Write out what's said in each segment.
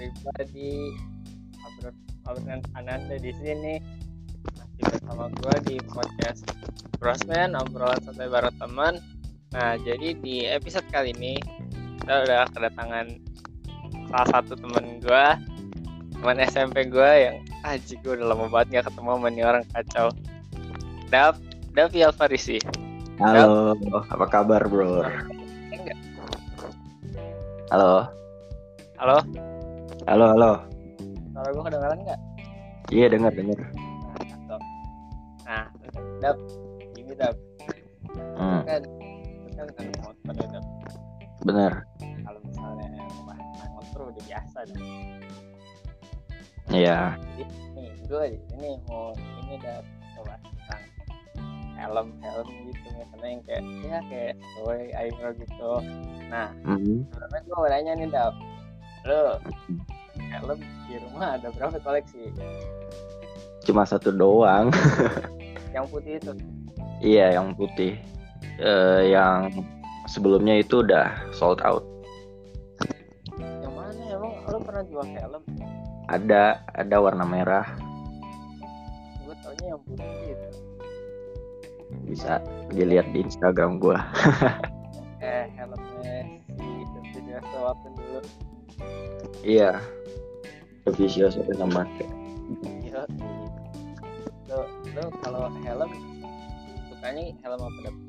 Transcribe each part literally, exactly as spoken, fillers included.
pribadi, obrolan obrolan Ananda di sini masih bersama gue di podcast Brosman, obrolan santai bareng teman. Nah, jadi di episode kali ini kita udah kedatangan salah satu teman gue, teman S M P gue yang aji gue udah lama banget gak ketemu sama nih orang kacau. Dav, Davi Alfarisi. Halo, Dav. Apa kabar bro? Enggak. Halo. Halo. Halo, halo. Suara gue kedengeran nggak? Iya, dengar, dengar. Nah, nah, Dav, gini Dav. Hmm. Kan, kan kan motor ya Dav. Bener. Kalau misalnya main motor udah biasa dah. Iya. Jadi nih, gue di sini mau ini Dav, coba tentang helm helm gitu, misalnya yang kayak ya kayak toy aero gitu. Nah, Mm-hmm. sebenarnya gue mau nanya nih Dav, lo helm di rumah ada berapa koleksi? Cuma satu doang. Yang putih itu? Iya, yang putih. Eh, yang sebelumnya itu udah sold out. Yang mana emang lo pernah jual helm? Ada, ada warna merah. Gue taunya yang putih gitu. Bisa dilihat di Instagram gua. Eh helmnya si David Wapun dulu. Iya. Vicious itu nama. Iya. Lo lo kalau helm sukanya helm apa Dap?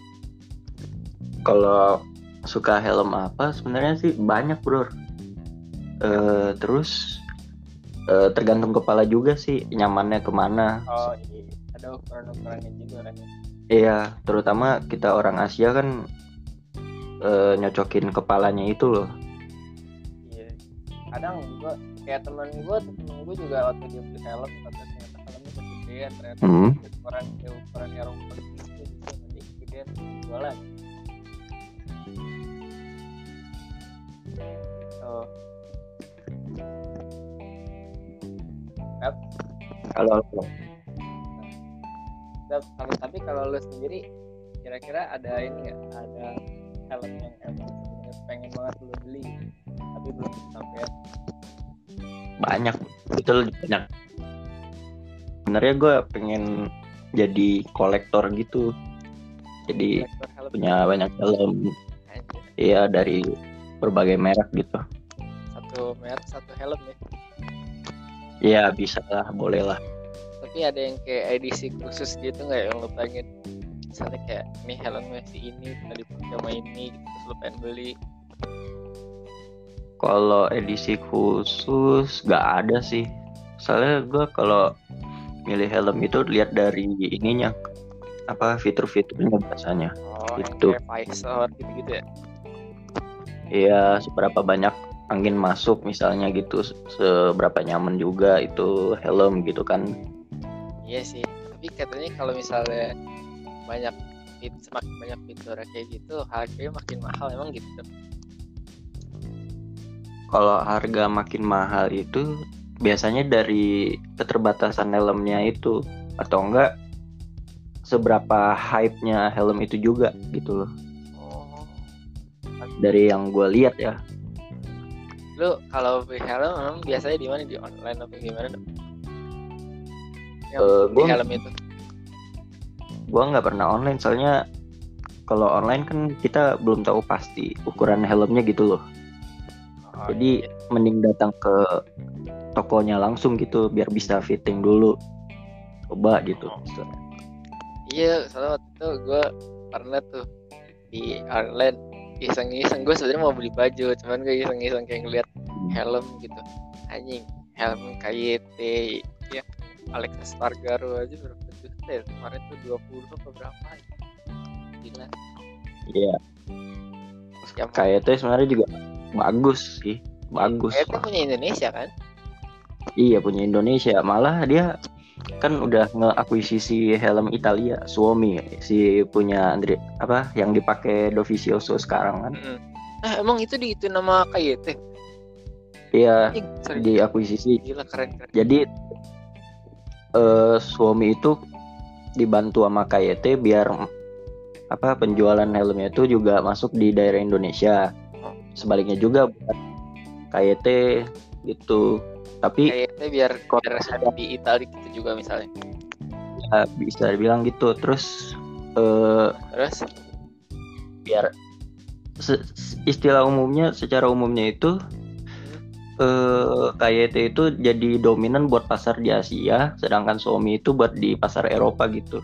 Kalau suka helm apa sebenarnya sih banyak bro. Eh, terus eh, tergantung kepala juga sih nyamannya kemana. Oh iya. Ada ukuran-ukurannya juga kan. Iya, terutama kita orang Asia kan eh, nyocokin kepalanya itu loh. Iya. Kadang gue kayak teman gue tuh temen gue juga waktu dia beli helm kata ternyata helmnya kegedean ternyata Hmm. ukuran ukuran yang rumput itu bisa nanti kegedean jualan. Oh. Dap, Kalau Dap, kalau tapi kalau lu sendiri kira-kira ada ini nggak, ada helm yang emang sebenarnya pengen banget lu beli tapi belum sampai? banyak, betul banyak. Sebenarnya gue pengen jadi kolektor gitu. Jadi Kolektor helm punya banyak helm. aja, Iya, dari berbagai merek gitu. satu merek satu helm ya. Iya, bisa lah, boleh lah. Tapi ada yang kayak edisi khusus gitu nggak yang lo pengen, misalnya kayak nih helmnya si ini tadi pakai sama ini gitu, terus lo pengen beli? Kalau edisi khusus gak ada sih. Soalnya gue kalau milih helm itu lihat dari ininya, apa fitur-fiturnya biasanya. Oh yang Itu. kayak visor gitu-gitu ya? Iya, seberapa banyak angin masuk misalnya gitu, seberapa nyaman juga itu helm gitu kan. Iya sih, tapi katanya kalau misalnya banyak fit, semakin banyak fitur kayak gitu harganya makin mahal, emang gitu? Kalau harga makin mahal itu biasanya dari keterbatasan helmnya itu, atau enggak seberapa hype-nya helm itu juga gitu loh. Oh, Dari yang gue lihat ya. lu kalau beli helm emang biasanya di mana, di online atau gimana dong? Yang Uh, di gua- helm itu? Gue nggak pernah online, soalnya kalau online kan kita belum tahu pasti ukuran helmnya gitu loh. Oh, Jadi iya. mending datang ke tokonya langsung gitu biar bisa fitting dulu, coba gitu. Iya, soalnya waktu itu gue pernah tuh di online iseng-iseng, gue sebenarnya mau beli baju, cuman gue iseng-iseng kayak ngeliat helm gitu, anjing helm K Y T ya, Alexa Spargaro aja berapa juta ya kemarin tuh, dua puluh apa berapa ya, gila. Iya, Yang kayak itu sebenarnya juga bagus sih, bagus. K Y T punya Indonesia kan? Iya, punya Indonesia. Malah dia kan udah ngeakuisisi helm Italia, Suomi, si punya Andre apa yang dipakai Dovizioso sekarang kan. Mm-mm. Ah emang itu di itu nama K Y T? Iya, Anjing, sorry. diakuisisi. Gila, keren keren. Jadi eh, Suomi itu dibantu sama K Y T biar apa penjualan helmnya itu juga masuk di daerah Indonesia. Sebaliknya juga buat K Y T gitu. Tapi kayaknya biar biar ada di Italia gitu juga misalnya. Ya, bisa dibilang gitu. Terus eh, Terus biar se- istilah umumnya, secara umumnya itu eh, K Y T itu jadi dominan buat pasar di Asia, sedangkan Xiaomi itu buat di pasar Eropa gitu.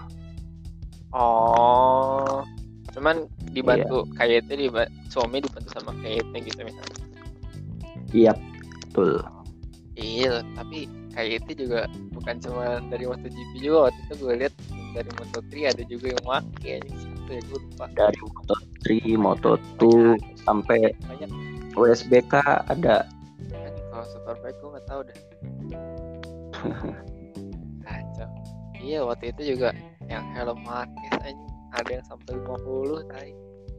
oh cuman dibantu Iya, K Y T di Xiaomi dibantu sama K Y T gitu misalnya. iya betul. Iya, tapi K Y T juga bukan cuma dari MotoGP juga. Waktu itu gue lihat dari Moto tiga ada juga yang pakai ini siapa ya gue lupa. Dari Moto tiga, Moto dua sampai Banyak U S B K ada. kan kalau Superbike gue nggak tahu dah. Kacau. Iya waktu itu juga yang helm Marquez aja ada yang sampai lima puluh tadi.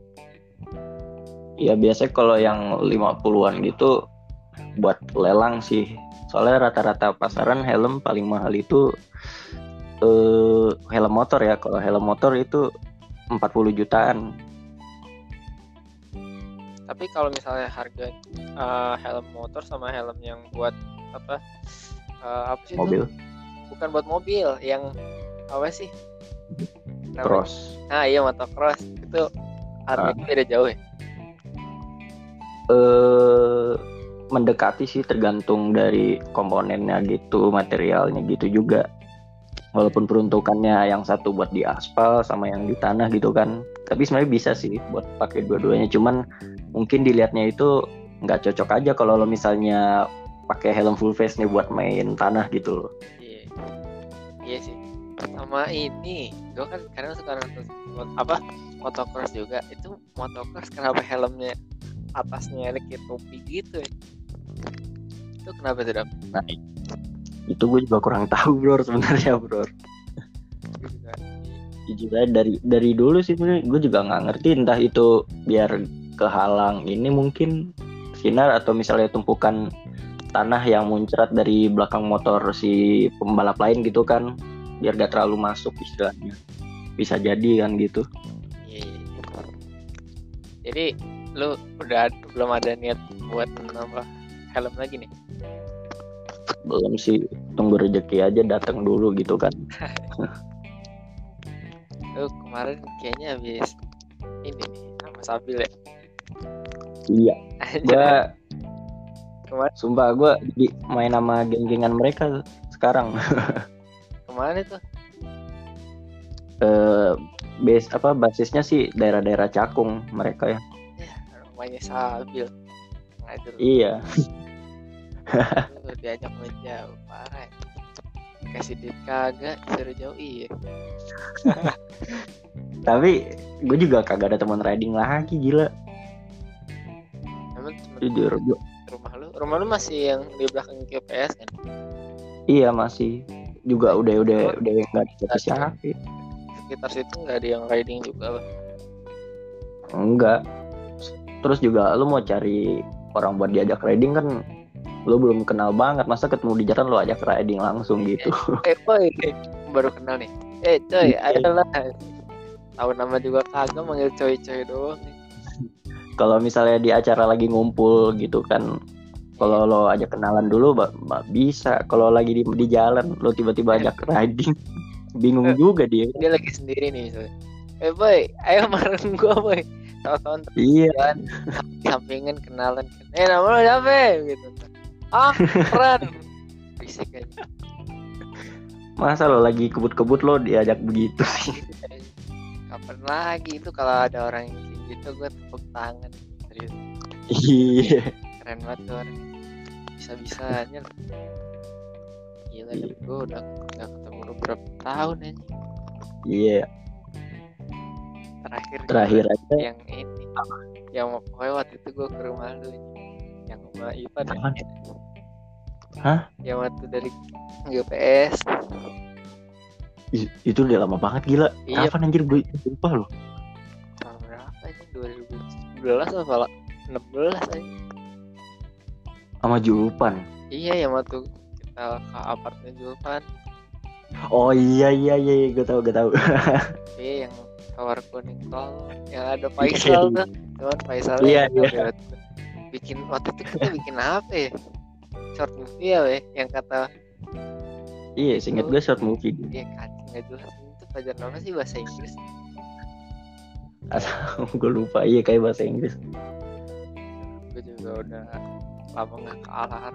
Ya biasanya kalau yang lima puluhan gitu buat lelang sih. Soalnya rata-rata pasaran helm paling mahal itu eh, helm motor ya. Kalau helm motor itu empat puluh jutaan. Tapi kalau misalnya harga uh, helm motor sama helm yang buat apa uh, apa sih Mobil itu? Bukan buat mobil, yang apa sih? Namanya? cross. Ah iya motocross itu harganya Ah. beda jauh ya. Eh mendekati sih, tergantung dari komponennya gitu, materialnya gitu juga. Walaupun peruntukannya yang satu buat di aspal sama yang di tanah gitu kan, tapi sebenarnya bisa sih buat pakai dua-duanya. Cuman mungkin dilihatnya itu nggak cocok aja kalau lo misalnya pakai helm full face nih buat main tanah gitu loh. Iya, iya sih. Sama ini, gue kan kadang suka nonton apa motocross juga. Itu motocross kenapa helmnya atasnya ada kayak topi gitu ya? Itu kenapa tuh Dap? Nah itu gue juga kurang tahu bro sebenarnya bro. Gue juga. Jujur aja dari dari dulu sih sebenarnya gue juga nggak ngerti, entah itu biar kehalang ini mungkin sinar atau misalnya tumpukan tanah yang muncrat dari belakang motor si pembalap lain gitu kan, biar gak terlalu masuk istilahnya. Bisa jadi kan gitu. Iya. Jadi lu udah belum ada niat buat nambah helm lagi nih? Belum sih, tunggu rezeki aja datang dulu gitu kan. Lu kemarin kayaknya habis ini nih sama Sabil ya? Iya, gue Kemarin sumpah gue jadi main sama geng-gengan mereka sekarang. kemana tuh? eh base apa basisnya sih daerah-daerah Cakung mereka ya. Ya, rumahnya Sabil. Ngajar. Iya. Lu diajak menjauh parah. Kasih duit kagak, suruh jauh iya. Tapi gue juga kagak ada teman riding lagi, gila. Emang temen Jujur gue. rumah lu, rumah lu masih yang di belakang G P S kan? Iya masih. Juga udah udah udah nggak ada siapa. Sekitar situ nggak ada yang riding juga lah. Enggak. Terus juga lu mau cari orang buat diajak riding kan, lu belum kenal banget, masa ketemu di jalan lu ajak riding langsung gitu. Eh boy, baru kenal nih. Eh coy, ayolah. Tahu nama juga kagak, manggil coy-coy doang. Kalau misalnya di acara lagi ngumpul gitu kan, kalau lo ajak kenalan dulu ba- ba- bisa. Kalau lagi di, di jalan lo tiba-tiba ajak riding, bingung juga dia. Dia lagi sendiri nih misalnya. Eh boy, ayo bareng gua boy. Tahu-tahu ntar Iya. jalan sampingan kenalan. Eh nama lu siapa? Gitu. Ah keren. Fisik aja. Masa lo lagi kebut-kebut lo diajak begitu sih? Kapan lagi itu kalau ada orang yang kayak gitu gue tepuk tangan serius. Iya. Keren banget tuh orang. Bisa-bisanya loh. Gila deh, gue udah gak ketemu lu berapa tahun aja. Iya. Terakhir Terakhir juga aja. yang ini yang pokoknya waktu itu gue ke rumah lu yang sama Ivan ya. Apaan? Hah? Yang waktu dari G P S. I- itu udah lama banget gila. Iya. Kapan anjir gue lupa lo. Tahun berapa ini? dua ribu sembilan belas apa enam belas aja. Sama Julpan. Iya yang waktu kita ke apartemen Julpan. Oh iya iya iya, gue tahu gue tahu. Iya yang tower kuning tol yang ada Faisal tuh. Cuman Faisalnya Iya, itu iya. bikin waktu itu kita bikin apa ya? short movie ya weh yang kata Iya, seingat gue short movie. Iya kacau nggak jelas itu pelajaran apa sih bahasa Inggris? Asal gue lupa, iya kayak bahasa Inggris. Gue juga udah lama nggak ke Al-Har.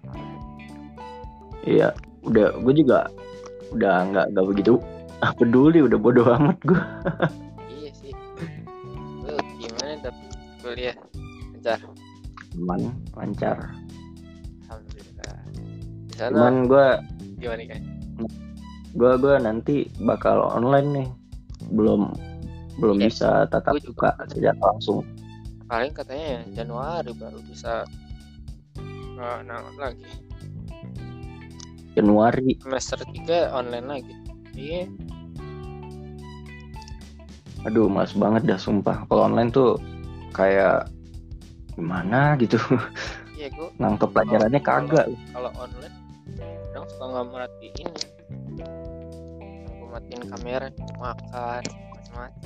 Iya, udah gue juga udah nggak nggak begitu ah, peduli, udah bodoh amat gue. Iya sih. Lu gimana dapet kuliah? Lancar. Cuman lancar. Alhamdulillah. Di sana Cuman gue gimana kan? gue gue nanti bakal online nih, belum belum Iya, bisa tatap gue juga. muka secara langsung. Paling katanya ya Januari baru bisa nggak nangkut lagi. Januari. Semester tiga online lagi. Iya. Aduh, males banget dah sumpah. Kalau online tuh kayak gimana gitu. Iya gue. Nangkep pelajarannya kagak. Kalau online, kadang suka nggak merhatiin. Gue matiin kamera, makan, macam-macam.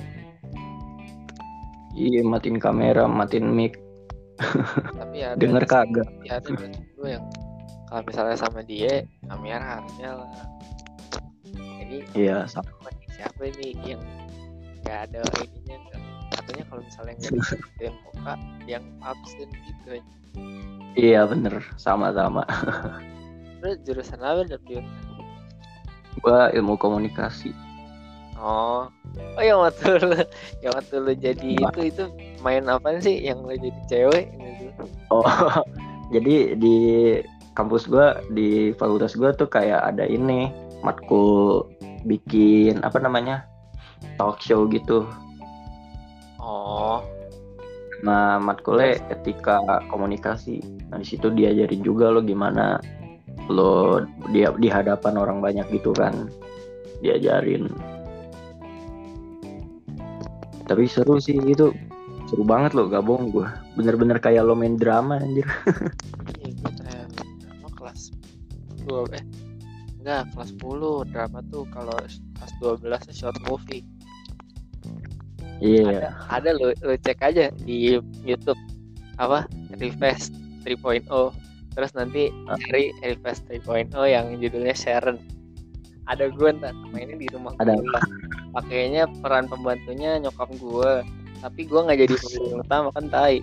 Iya, matiin kamera, matiin mic. Tapi ada. Denger kagak. Tapi ada gue yang kalau misalnya sama dia kamera harus nyala. Jadi Iya, sama. siapa ini yang nggak ada ininya kan? Katanya kalau misalnya nggak dilihatin muka yang absen gitu. Iya bener, sama-sama. Terus jurusan apa dapet? Gua ilmu komunikasi. Oh, oh yang waktu lu, yang waktu lu jadi Apa? itu itu main apa sih yang lu jadi cewek gitu? Oh, jadi di kampus gua, di fakultas gua tuh kayak ada ini matkul bikin apa namanya talk show gitu. Oh, Nah matkulnya etika komunikasi. Nah di situ diajarin juga lo gimana lo di di hadapan orang banyak gitu kan, diajarin. Tapi seru sih itu, seru banget lo, gak bohong gue, bener-bener kayak lo main drama anjir. iya kita drama kelas dua eh enggak kelas sepuluh drama tuh kalau kelas dua belas short movie. Iya. Ada lo lo cek aja di YouTube apa Refresh tiga titik nol terus nanti Ah. cari Refresh tiga titik nol yang judulnya Sharon. Ada gue ntar mainnya di rumah Ada gue. Pakainya peran pembantunya nyokap gue. Tapi gue nggak jadi pemain utama kan tai.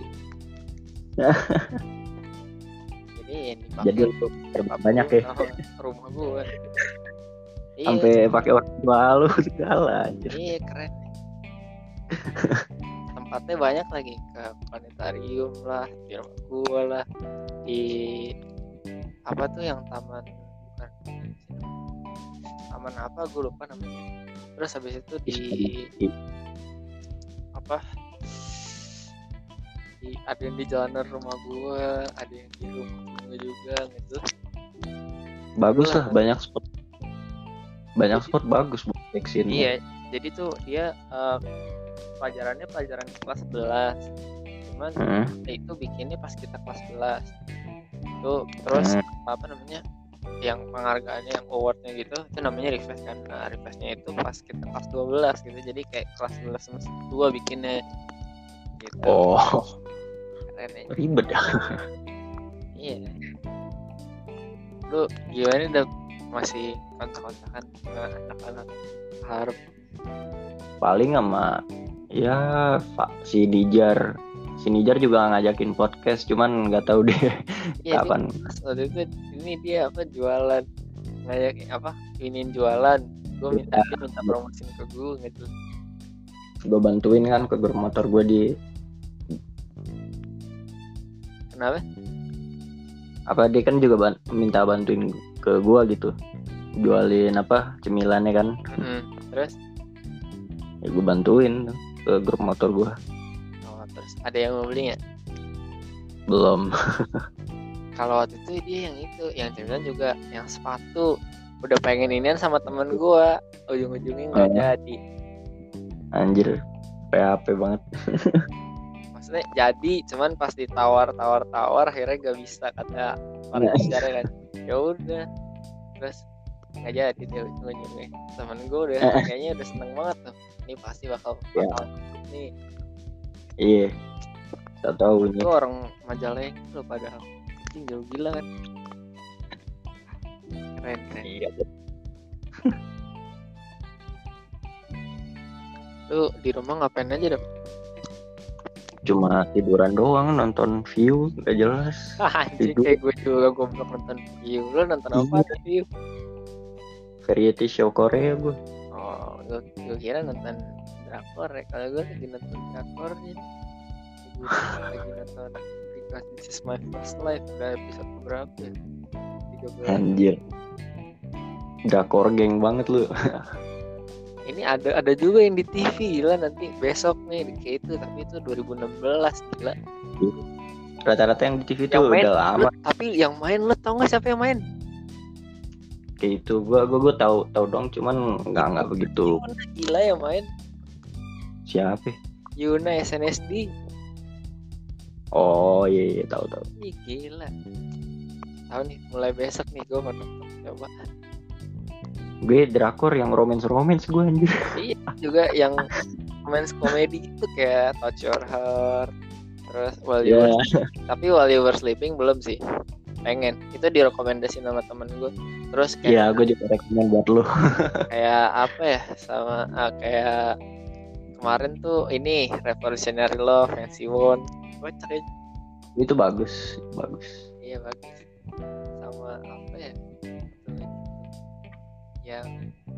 Jadi yang dipakai Jadi lo terbanyak banyak ya, sama rumah gue. Iya, sampai pakai orang tua lo segala anjir. iya keren. Tempatnya banyak lagi, ke planetarium lah, di rumah gue lah, di apa tuh yang taman bukan taman apa gue lupa namanya. Terus habis itu di apa di ada yang di jalanan rumah gue, ada yang di rumah gue juga gitu. Bagus Itulah. lah, banyak spot, banyak spot bagus buat vaksin. Iya, jadi tuh dia uh, pelajarannya pelajaran kelas sebelas. Cuman Hmm. itu bikinnya pas kita kelas sebelas. Tuh terus Hmm. apa namanya? Yang penghargaannya, yang awardnya gitu, itu namanya refresh kan. Nah, refreshnya itu pas kita kelas dua belas gitu. Jadi kayak kelas sebelas semester dua bikinnya gitu. Oh, Keren ya. ribet ya. Iya. Lu gimana udah masih kontak-kontakan sama anak-anak harap? Paling sama ya Pak si Nijar. Si Nijar juga ngajakin podcast, cuman nggak tahu deh Iya, kapan. Pas waktu itu ini dia apa jualan ngajak apa ingin jualan, gue minta dia minta promosiin ke gue gitu. Gue bantuin kan ke grup motor gue di Kenapa? apa, dia kan juga ban- minta bantuin ke gue gitu, jualin apa cemilannya kan. Hmm, terus Ya gue bantuin ke grup motor gue. oh, terus ada yang mau beli nggak? Belum. Kalau waktu itu dia yang itu yang cemilan juga yang sepatu udah pengen inian sama temen gue, ujung-ujungnya nggak Oh. jadi. Anjir, P H P banget. Maksudnya jadi, cuman pas ditawar-tawar-tawar akhirnya gak bisa kata orang bicara kan. Ya udah, terus nggak jadi deh ujung-ujungnya. Temen gue udah kayaknya udah seneng banget tuh. Ini pasti bakal Ya. bakal nih. Iya, tak tahu ini. Itu orang Majalengka lo padahal. Anjing jauh gila kan. Keren keren. Iya. Lu di rumah ngapain aja dong? Cuma tiduran doang, nonton view gak jelas. Anjir Tidur. kayak gue juga goblok nonton view. Lu nonton apa Iya. tuh view? Variety show Korea gue. Oh, gue, gue kira nonton drakor ya. Kalau gue lagi nonton drakor nih. Gue lagi nonton Because This Is My First Life. Udah episode berapa ya? tiga belas. Anjir. Drakor geng banget lu. Ini ada ada juga yang di T V gila nanti besok nih kayak itu, tapi itu dua ribu enam belas gila. Rata-rata yang di T V Yang tuh main, udah lama. lu- tapi yang main lu tau nggak siapa yang main? Kayak itu gua gua gua tahu tahu dong, cuman nggak nggak begitu. Yuna, gila yang main. Siapa? Yuna S N S D. Oh iya, iya tahu tahu. Ih gila. Tahu nih mulai besok nih gue mau nonton coba. Gue drakor yang romance-romance gue anjir. Iya juga yang romance komedi gitu kayak Touch Your Heart, terus While You Iya. Were, tapi While You Were Sleeping belum sih. Pengen. Itu direkomendasi sama temen gue. Terus kayak Iya, gue juga rekomen buat lu. kayak apa ya sama ah, kayak kemarin tuh ini Revolutionary Love yang Siwon. Kocak ya. Itu bagus, bagus. Iya bagus. Sama apa ya? Tuh, yang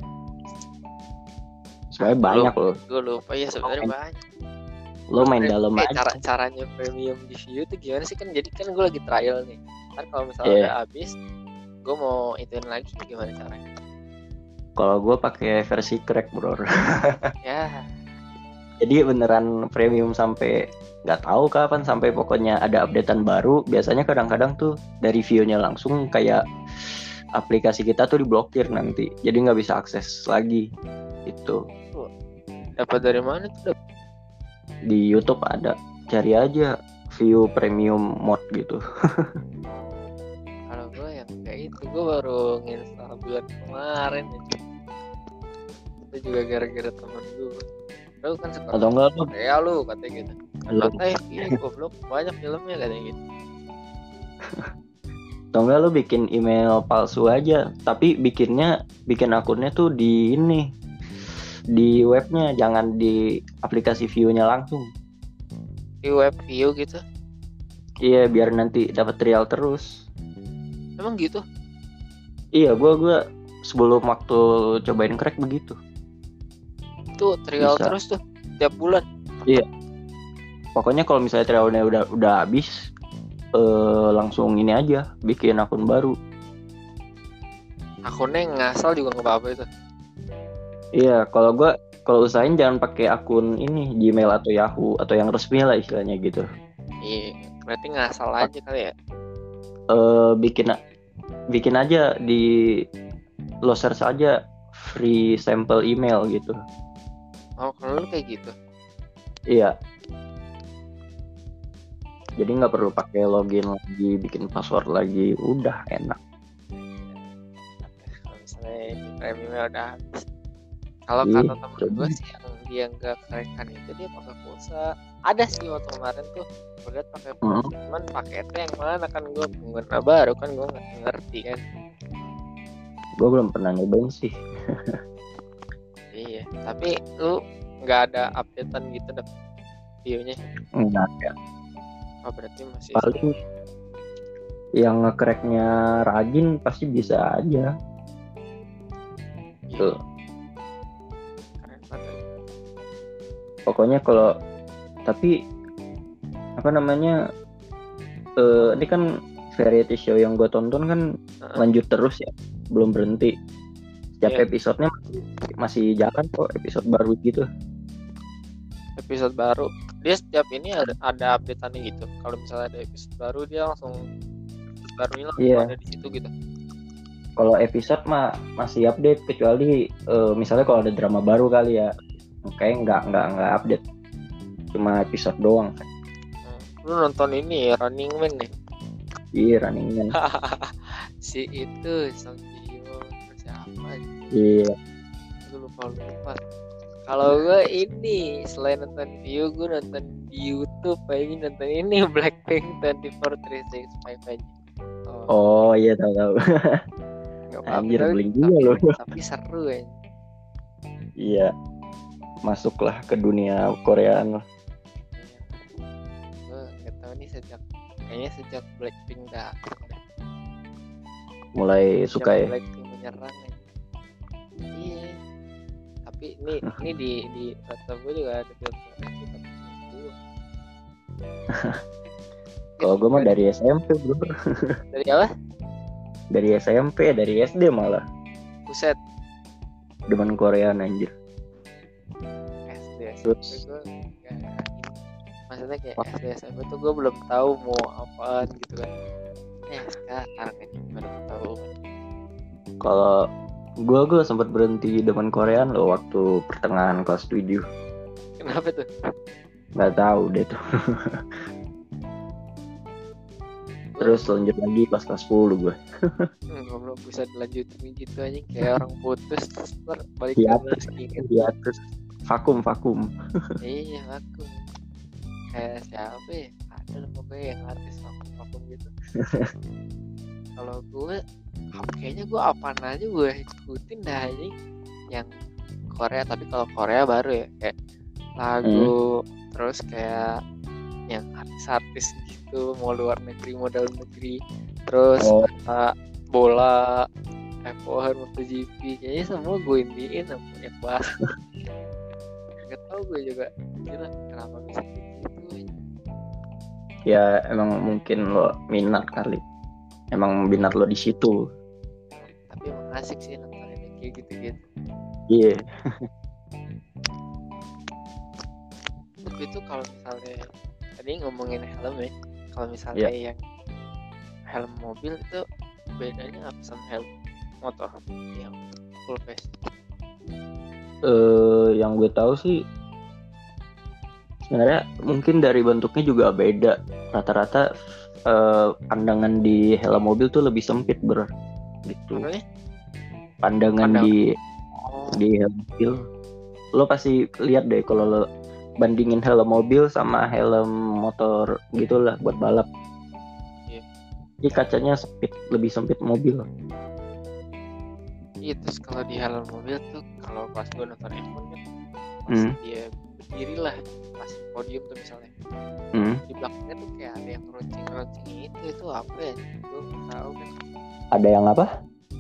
Sebenarnya banyak loh. gue lupa ya sebenarnya banyak. Lo main Terus, dalam eh, aja. cara caranya premium di view tuh gimana sih, kan jadi kan gue lagi trial nih. Ntar kalau misalnya Iya. udah habis gue mau ituin lagi gimana caranya. Kalau gue pakai versi crack bro. Ya Jadi beneran premium sampai nggak tahu kapan, sampai pokoknya ada updatean baru. Biasanya kadang-kadang tuh dari view-nya langsung kayak aplikasi kita tuh diblokir nanti, jadi nggak bisa akses lagi. Itu dapat dari mana tuh? Dap- di YouTube ada, cari aja view premium mode gitu. Kalau gue yang kayak itu gue baru nginstal bulan kemarin aja. Itu juga gara-gara temen gue. Lu kan suka Atau enggak lu? Korea lu katanya gitu. Lu Katanya iya goblok banyak filmnya katanya gitu. atau enggak lu bikin email palsu aja, tapi bikinnya bikin akunnya tuh di ini, di webnya, jangan di aplikasi view-nya langsung. Di web view gitu. Iya, biar nanti dapat trial terus. Emang gitu? Iya, gua gua sebelum waktu cobain crack begitu. Tuh trial Bisa. terus tuh tiap bulan. Pokoknya kalau misalnya trialnya udah udah habis, eh, langsung ini aja, bikin akun baru. Akunnya ngasal juga nggak apa-apa itu. Iya, kalau gua kalau usahain jangan pakai akun ini Gmail atau Yahoo atau yang resmi lah istilahnya gitu. Iya, berarti ngasal aja kali ya. Eh, bikin bikin aja di lo search aja free sample email gitu. Oh, kalau lu kayak gitu. Iya. Jadi nggak perlu pakai login lagi, bikin password lagi, udah enak. Kalau misalnya di premiumnya udah habis. Kalau Ih, kata temen coba. gue sih yang dia nggak kerekan itu dia pakai pulsa. Ada sih waktu kemarin tuh gue liat pakai pulsa, Hmm. cuman paketnya yang mana kan gue pengguna baru kan gue nggak ngerti kan. Gue belum pernah nyobain sih. Iya, tapi lu nggak ada updatean gitu deh videonya. Enggak ya. Oh berarti masih Paling yang nge-cracknya rajin pasti bisa aja. iya, Tuh. keren banget. Pokoknya kalau tapi apa namanya, eh, ini kan variety show yang gue tonton kan Heeh. lanjut terus ya, belum berhenti. Setiap Iya. episodenya masih, masih jalan kok, episode baru gitu. Episode baru dia setiap ini ada ada updateannya gitu. Kalau misalnya ada episode baru dia langsung episode barunya langsung Iya. ada di situ gitu. Kalau episode mah masih update, kecuali eh, misalnya kalau ada drama baru kali ya, kayak nggak nggak nggak update, cuma episode doang. Hmm. Lu nonton ini ya, Running Man nih. Iya, Running Man. Si itu Song Ji Hyo terus siapa aja? Iya. Gue lupa lupa. Kalau gue ini selain nonton view gue nonton di YouTube aja, nonton ini Blackpink dua empat tiga enam lima aja. Oh, Oh iya, tahu tahu. Gak apa-apa, Anjir, tapi, bling juga tapi, loh. tapi seru ya. Iya, masuklah ke dunia Koreaan lah. Gue nggak tahu nih sejak kayaknya sejak Blackpink datang deh. Mulai Sejak suka ya. Blackpink menyerang ya. Iya. Tapi ini ini di di laptop gue juga ada film Korea sih, tapi gue. Kalau gue mah dari S M P bro. Dari apa? Dari S M P, dari S D malah. Buset. Demen Koreaan anjir. S D S M P Terus gue kayak maksudnya kayak S D S M P tuh gue belum tahu mau apaan gitu kan. Eh sekarang ini baru tahu. kalau gue gue sempat berhenti demen Koreaan loh waktu pertengahan kelas tujuh. Kenapa tuh? Nggak tahu deh tuh. Terus lanjut lagi pas kelas sepuluh gue. Hmm, belum bisa dilanjutin gitu aja kayak orang putus terus ntar balik Hiatus, lagi inget. hiatus. Vakum, vakum. Iya aku kayak siapa ya? Ada lah pokoknya yang artis vakum vakum gitu. Kalau gue kayaknya gue apaan aja gue ikutin dah aja yang Korea, tapi kalau Korea baru ya kayak lagu hmm. terus kayak yang artis-artis gitu, mau luar negeri mau dalam negeri, terus Oh. uh, bola F satu MotoGP kayaknya semua gue indiin yang bahas. Nggak tahu gue juga gila kenapa bisa gitu. Ya emang mungkin lo minat kali. Emang minat lo di situ. Tapi emang asik sih nontonnya kayak gitu-gitu. Iya. Yeah. Untuk itu kalau misalnya tadi ngomongin helm ya, kalau misalnya Yeah. yang helm mobil itu bedanya apa sama helm motor yang full face? Uh, yang gue tahu sih sebenarnya mungkin dari bentuknya juga beda. Rata-rata uh, pandangan di helm mobil tuh lebih sempit bro. Gitu. Makanya? Pandangan Pandang. di Oh. di helm mobil. Lo pasti lihat deh kalau lo bandingin helm mobil sama helm motor gitulah buat balap. Iya. Jadi kacanya sempit, lebih sempit mobil. Iya, terus kalau di helm mobil tuh kalau pas gue nonton F satu kan pas Hmm. dia berdiri lah pas podium tuh misalnya Hmm. di belakangnya tuh kayak ada yang runcing-runcing itu itu apa ya? Gue nggak tahu kan. Ada yang apa?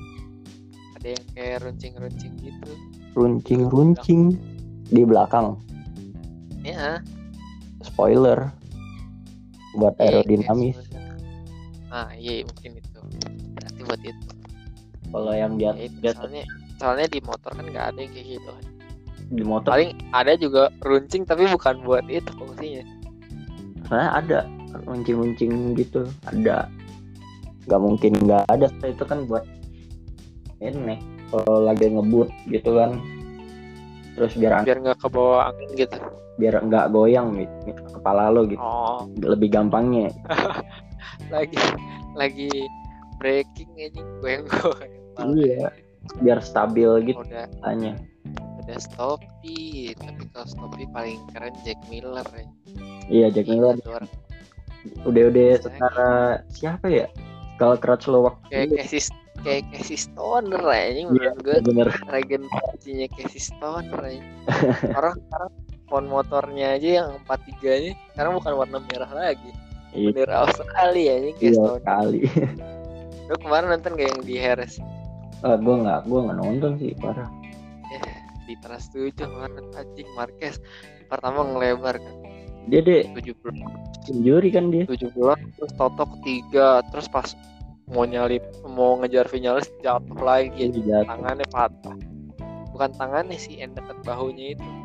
Ada yang kayak runcing-runcing gitu. Runcing-runcing di belakang. Ya. Spoiler buat Iya, aerodinamis. kayak ah iya mungkin itu. Berarti buat itu. Kalau yang di Ya, atas itu soalnya soalnya di motor kan nggak ada yang kayak gitu. di motor Paling ada juga runcing tapi bukan buat itu fungsinya. sebenarnya ada runcing-runcing gitu, ada. Nggak mungkin nggak ada, itu kan buat ini kalau lagi ngebut gitu kan, terus biar ang- Biar nggak kebawa angin gitu. biar nggak goyang nih kepala lo gitu, Oh, lebih gampangnya. lagi lagi braking ini goyang-goyang. Iya, biar stabil gitu Udah hanya. udah Stoppy, tapi kalau Stoppy paling keren Jack Miller ya. Iya, Jack Miller Itu orang udah-udah Bisa setara siapa ya? Kalau Crouch lo waktu kayak itu. Casey kayak Casey Stoner ya ini Iya, menurut gue bener. regenerasinya Casey Stoner ya. Orang sekarang font motornya aja yang empat tiganya sekarang bukan warna merah lagi. Iya, Bendera Australia ini kayak iya Stoner. kali. Lu kemarin nonton gak yang di Harris? Ah, gue nggak, gue nggak nonton sih, parah. Ya, di Trans tujuh kemarin anjing Marquez pertama ngelebar kan Dia deh tujuh puluh injury kan dia. tujuh belas terus totok tiga terus pas mau nyalip mau ngejar Vinales jatuh lagi Dia jatuh. tangannya patah, bukan tangannya sih yang dekat bahunya itu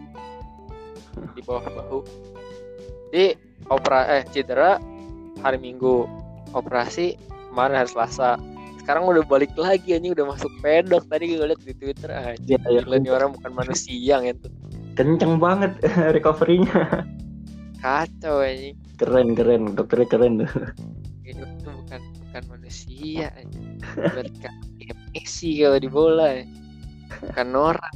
di bawah bahu. Jadi opera eh cedera hari Minggu, operasi kemarin hari Selasa, sekarang udah balik lagi anjing udah masuk pedok. Tadi gue liat di Twitter aja Iya, iya. gila nih orang bukan manusia gitu, Kenceng banget recovery-nya. kacau anjing. Keren keren, dokternya keren tuh. Itu tuh bukan bukan manusia anjing. Berarti kan Messi kalau di bola ya. Bukan orang.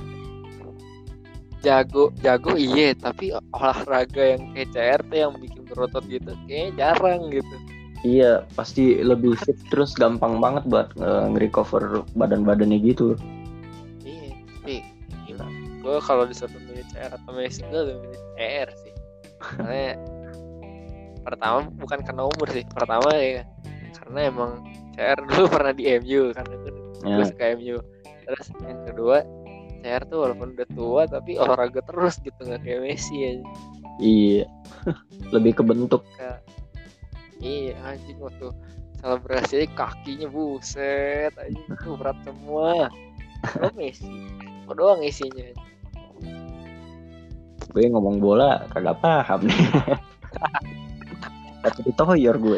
Jago, jago iya, tapi olahraga yang kayak C R T yang bikin berotot gitu kayaknya jarang gitu. Iya, pasti lebih fit, terus gampang banget buat uh, nge-recover badan-badannya gitu. Iya, tapi gila. Gue kalau disuruh milih C R atau Messi, gue lebih milih C R sih. Karena pertama bukan karena umur sih, pertama ya karena emang C R dulu pernah di M U, karena gue, Ya. gue suka M U. Terus yang kedua, C R tuh walaupun udah tua tapi olahraga terus gitu, nggak kayak Messi ya. Iya, lebih kebentuk. Kayak, iya anjing waktu selebrasi kakinya buset anjing tuh berat semua. Lo Messi, lo doang isinya. Gue ngomong bola kagak paham nih. Tapi toyor gue.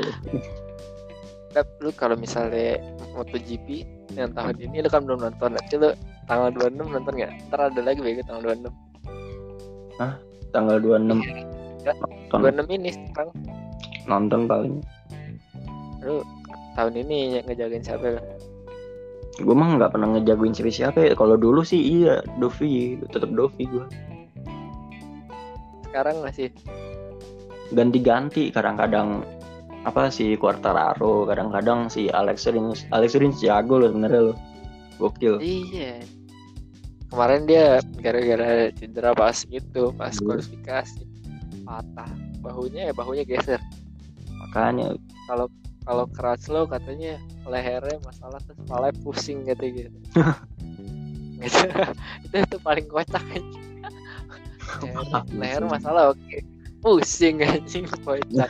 Tapi lu kalau misalnya MotoGP yang tahun ini lu kan belum nonton, nanti lu tanggal dua puluh enam nonton nggak? Ntar ada lagi bego tanggal dua puluh enam. Hah? Tanggal dua puluh enam Ya, nonton, dua puluh enam ini sekarang. nonton paling. Lu tahun ini ngejagain siapa lu? Gue mah nggak pernah ngejagoin siapa-siapa ya. Kalau dulu sih iya, Dovi, tetap Dovi gue. Sekarang masih Ganti-ganti, kadang-kadang apa sih Quartararo, kadang-kadang si Alex Rins. Alex Rins jago loh sebenarnya lo. Gokil. iya. Kemarin dia gara-gara cedera pas gitu, pas Iya. kualifikasi patah bahunya, ya bahunya geser. Makanya Kalau kalau Crutchlow katanya lehernya masalah, terus kepala pusing gitu gitu. Gitu. itu itu paling kocak aja. leher, leher masalah oke, pusing anjing kocak.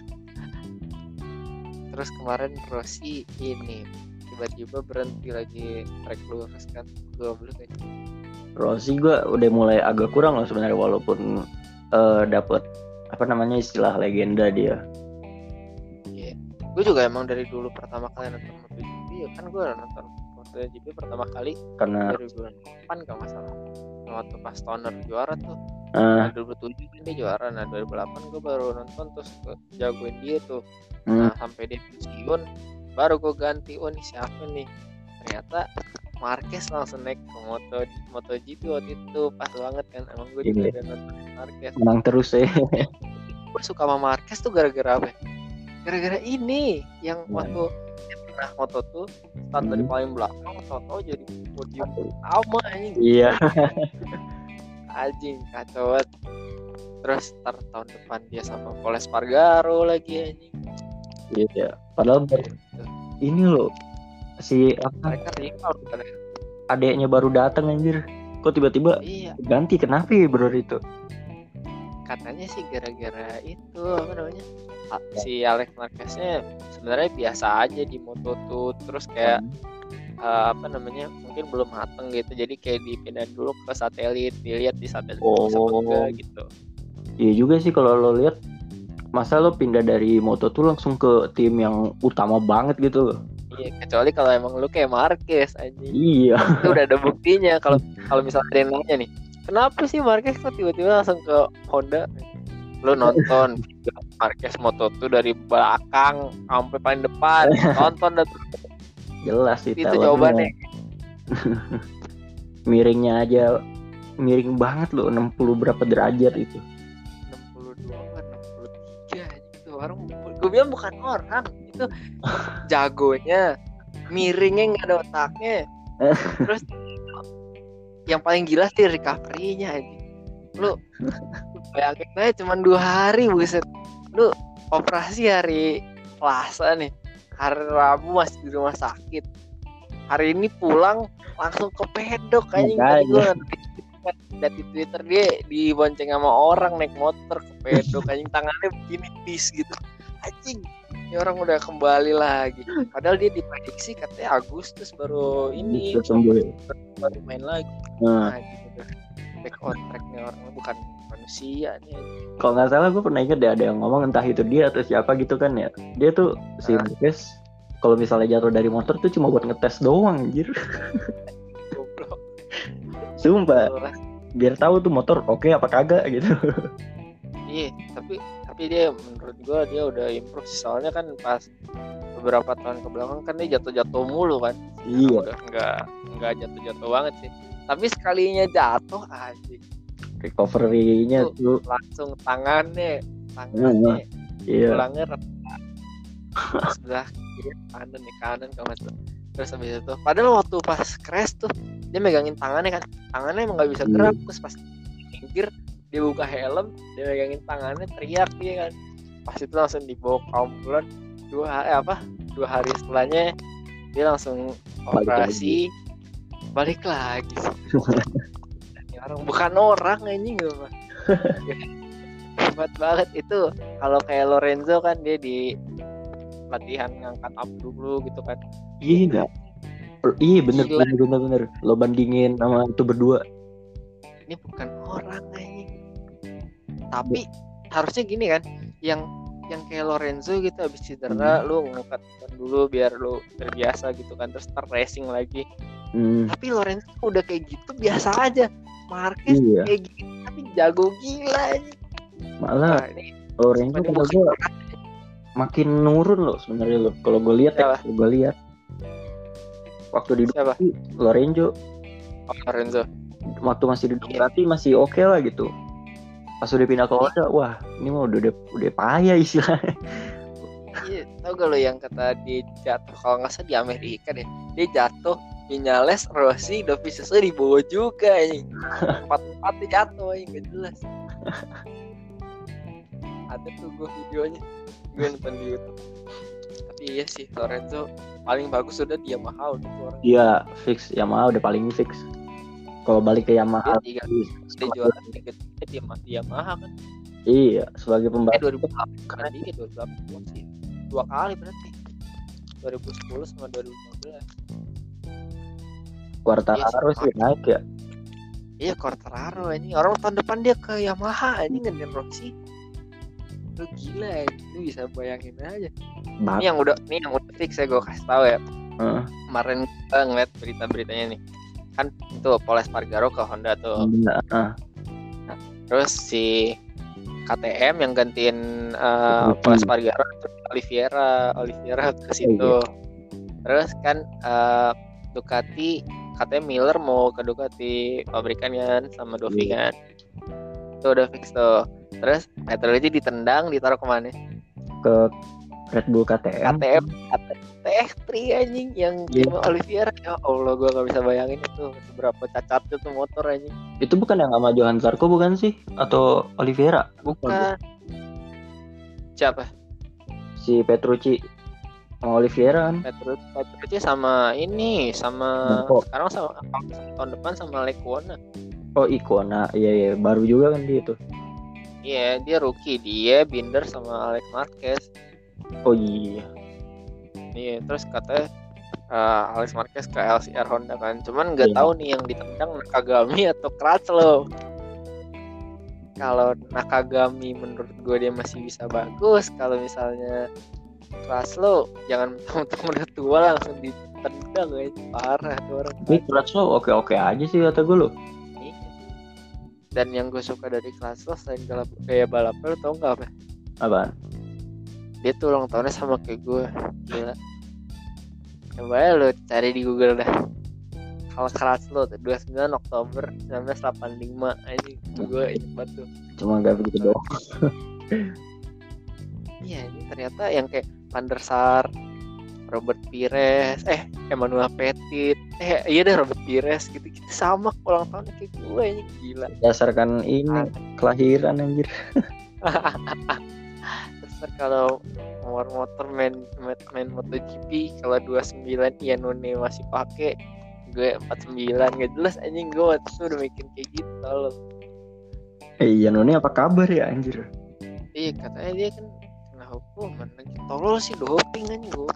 Terus kemarin Rossi ini tiba-tiba berhenti lagi track lurus kan, gue belum aja. Rossi gue udah mulai agak kurang loh sebenarnya, walaupun uh, dapet apa namanya istilah legenda dia. Iya, gue juga emang dari dulu pertama kali nonton MotoGP ya kan, gue nonton MotoGP pertama kali Karena dua ribu delapan kalau nggak salah, waktu pas Stoner juara tuh. uh, Nah, dua ribu tujuh kan dia juara, nah dua ribu delapan gue baru nonton terus gue jagoin dia tuh. hmm, Nah sampai dia pensiun baru gue ganti, oh nih siapa nih, ternyata Marquez langsung naik ke Moto MotoGP waktu itu, pas banget kan, emang gue juga Iya. udah nonton Marquez. menang terus ya. Gue suka sama Marquez tuh gara-gara apa ya? Gara-gara ini yang Hmm. waktu dia pernah moto tuh start dari Hmm. paling belakang, tau-tau jadi podium pertama anjing. Iya. Anjing kacau banget. Terus ntar tahun depan dia sama Pol Espargaro lagi anjing. Iya. Padahal baru ini loh si apa Mereka rival bukan ya? adeknya baru datang anjir. Kok tiba-tiba Iya, ganti, kenapa ya bro itu? katanya sih gara-gara itu apa namanya? A- Si Alex Marqueznya sebenarnya biasa aja di Moto dua, terus kayak uh, apa namanya? Mungkin belum mateng gitu. Jadi kayak dipindah dulu ke satelit, dilihat di satelit Oh. bisa apa enggak gitu. Iya juga sih kalau lo lihat, masa lo pindah dari Moto tuh langsung ke tim yang utama banget gitu loh. Iya, kecuali kalau emang lu kayak Marquez anjing. Iya. Itu udah ada buktinya. Kalau kalau misalnya ada yang nanya nih, kenapa sih Marquez kok tiba-tiba langsung ke Honda? Lu nonton video Marquez Moto dua dari belakang sampai paling depan, tonton dah tuh. Jelas sih Itu talentnya. jawabannya. Miringnya aja miring banget loh, enam puluh berapa derajat itu. enam puluh dua kan enam puluh tiga itu orang, gue bilang bukan orang, itu jagonya, miringnya nggak ada otaknya. Terus yang paling gila sih recovery-nya aja. Lu bayangin aja cuma dua hari buset. Lu operasi hari Selasa nih, hari Rabu masih di rumah sakit, hari ini pulang langsung ke pedok anjing. Tadi gue lihat di Twitter dia dibonceng sama orang naik motor ke pedok anjing, tangannya begini bis gitu anjing. Ini orang udah kembali lagi, padahal dia diprediksi katanya Agustus baru ini Bisa sembuh ya. baru main lagi. Nah, Nah gitu deh, back on track nih orang, bukan manusia nih anjing. kalau nggak salah gue pernah ingat deh ada yang ngomong, entah itu dia atau siapa gitu kan ya, dia tuh si Ah. Marquez kalau misalnya jatuh dari motor tuh cuma buat ngetes doang anjir. Goblok. Sumpah, Jelas. biar tahu tuh motor oke apa kagak gitu. Iya, tapi tapi dia menurut gua dia udah improve sih. Soalnya kan pas beberapa tahun ke belakang kan dia jatuh-jatuh mulu kan. Iya. Udah enggak enggak jatuh-jatuh banget sih. Tapi sekalinya jatuh anjing, Recovery-nya Tuh. tuh langsung tangannya tangannya iya. tulangnya retak. sebelah kiri kanan nih kanan kalau nggak salah. Terus habis itu padahal waktu pas crash tuh dia megangin tangannya kan, tangannya emang nggak bisa gerak. Terus pas pinggir dia buka helm, dia megangin tangannya, teriak dia kan. Pas itu langsung dibawa ke ambulan. Dua hari apa dua hari setelahnya dia langsung operasi, balik lagi, balik lagi. Orang bukan orang anjing gak apa. Hebat banget itu. Kalau kayak Lorenzo kan dia di latihan ngangkat up dulu gitu kan. Iya enggak? Iya bener bener, bener bener lo bandingin sama itu berdua. Ini bukan orang anjing. Tapi harusnya gini kan, yang yang kayak Lorenzo gitu habis cedera hmm. lu ngangkat dulu biar lu terbiasa gitu kan, terus start racing lagi. Hmm. Tapi Lorenzo udah kayak gitu biasa aja. Marquez iya. kayak gitu tapi jago gila aja. Malah nah, Lorenzo kalau gue makin nurun loh sebenarnya lo. Kalau gue lihat ya, gue lihat waktu di Ducati Lorenzo. Oh, Lorenzo. Waktu masih di Ducati yeah. masih oke okay lah gitu. Pas udah pindah ke Honda, wah ini mah udah udah, udah payah istilahnya. Iya, tau gak lo yang kata dia jatuh kalau nggak salah di Amerika deh, dia jatuh, Viñales, Rossi, Dovizioso dibawa juga ini, empat empat dia jatuh, ini nggak jelas. Ada tuh gue videonya, gue nonton di YouTube. Tapi iya sih Lorenzo paling bagus udah di Yamaha udah orang. Iya fix Yamaha udah paling fix. Kalau balik ke Yamaha, dia, dia jualan tiga di Yamaha kan? Iya, sebagai pembalap. Eh, dua ribu delapan kan dia dua ribu delapan sih. Dua kali berarti. dua ribu sepuluh sama dua ribu lima belas. Quartararo sih naik ya. Iya, Quartararo ini orang tahun depan dia ke Yamaha ini ngenin Rossi. Lu gila, lu bisa bayangin aja. Bap. Ini yang udah, ini yang udah fix ya gue kasih tahu ya. Uh. Kemarin gue ngeliat berita-beritanya nih. Kan itu Pol Espargaro ke Honda tuh. Nah, uh. nah, terus si K T M yang gantiin uh, Pol Espargaro itu Oliveira, Oliveira ke situ. Terus kan uh, Ducati, K T M Miller mau ke Ducati pabrikan kan sama Dovi kan. Itu udah fix tuh. Terus Metrology ditendang, ditaruh kemana? Ke Red Bull K T M. K T M, T X tiga anjing yang yeah. Tim Oliveira. Ya Allah, gue gak bisa bayangin itu seberapa cacatnya tuh motor anjing. Itu bukan yang sama Johan Zarco bukan sih? Atau Oliveira? Bukan. Siapa? Si Petrucci sama Oliveira kan? Petrucci, Petrucci sama ini, sama oh. sekarang sama tahun depan sama Lecona. Oh Icona, iya iya baru juga kan dia tuh. Iya, dia rookie, dia Binder sama Alex Marquez. Oh iya. Iya, terus katanya uh, Alex Marquez ke L C R Honda kan. Cuman nggak yeah. tahu nih yang ditendang Nakagami atau Crutchlow. Kalau Nakagami menurut gue dia masih bisa bagus. Kalau misalnya Crutchlow jangan mentang-mentang udah tua langsung ditendang aja, parah tuh orang. Tapi Crutchlow oke-oke aja sih kata gue loh. Dan yang gue suka dari Crutchlow selain gaya balapnya, lo tau nggak apa? Apaan? Dia tuh ulang tahunnya sama kayak gue. Gila. Coba ya lo cari di Google dah. Kalau Crutchlow tuh dua puluh sembilan Oktober seribu sembilan ratus delapan puluh lima. Ini gue ingat banget tuh. Cuma gak begitu doang. Iya, ini ternyata yang kayak Van der Sar, Robert Pires, eh Emmanuel Petit, eh iya deh Robert Pires gitu-gitu sama ulang tahunnya kayak gue, ini gila. Berdasarkan ini ah. kelahiran anjir. Terus kalau motor main main MotoGP kalau dua puluh sembilan Iannone masih pakai, gue empat puluh sembilan gak jelas anjing. Gue waktu itu udah mikir kayak gitu loh. Eh Iannone apa kabar ya anjir? Iya katanya dia kan kena hukuman lagi. Tolol sih doping anjing gue.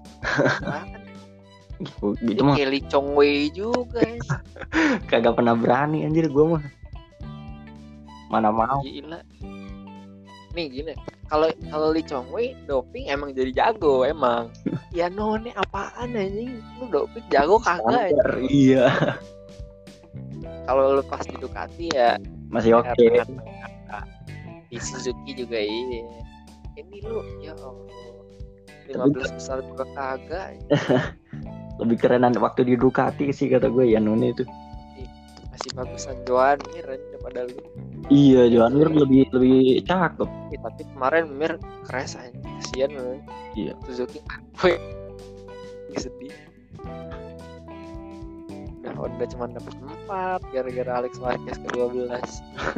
Gitu mah Kelly Chongwei juga. Kagak pernah berani anjir gue mah. Mana mau. Gila. Nih gini, kalau kalau Lee Chongwei doping emang jadi jago emang. Ya none apaan anjing? Lu doping jago kagak? Iya. Kalau lu pas di Ducati ya masih oke. Okay. Di Suzuki juga iya. Ini lu ya Allah. lima belas besar juga kagak. Lebih kerenan waktu di Ducati sih kata gue ya none itu. Masih bagusan Joan Mir daripada lu. Iya, Joan Mir lebih lebih cakep. Ya, tapi kemarin Mir crash aja, kasihan loh. Iya. Suzuki Wih, sedih. Udah Honda cuma dapat empat gara-gara Alex Marquez ke dua belas.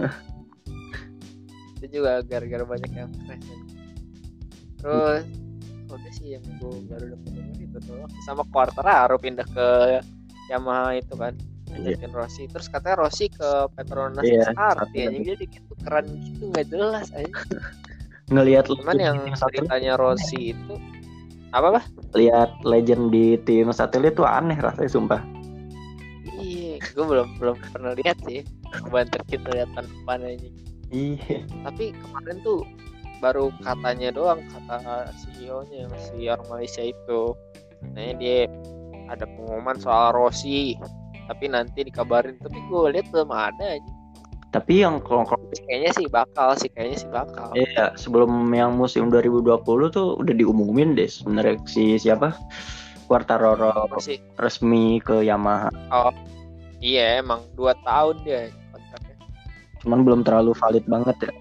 Itu juga gara-gara banyak yang crash aja. Terus udah sih yang gue baru dapat denger itu doang. Sama Quartararo pindah ke Yamaha itu kan. Valentino yeah. Rossi. Terus katanya Rossi ke Petronas yeah, S R T aja jadi gitu keren gitu nggak jelas aja. Ngelihat cuman yang ceritanya Rossi itu apa bah? Lihat legend di tim satelit tuh aneh rasanya sumpah. Iya, gue belum belum pernah lihat sih. Kebanter kita lihat depan aja. Iya. Tapi kemarin tuh baru katanya doang kata C E O-nya si orang Malaysia itu. Katanya dia ada pengumuman soal Rossi. Tapi nanti dikabarin, tapi gue lihat belum ada aja. Tapi yang kalau kayaknya sih bakal sih, kayaknya sih bakal. Iya, sebelum yang musim dua ribu dua puluh tuh udah diumumin deh sebenarnya si siapa? Quartararo Masih. resmi ke Yamaha. Oh. Iya, emang dua tahun dia kontraknya. Cuman belum terlalu valid banget ya.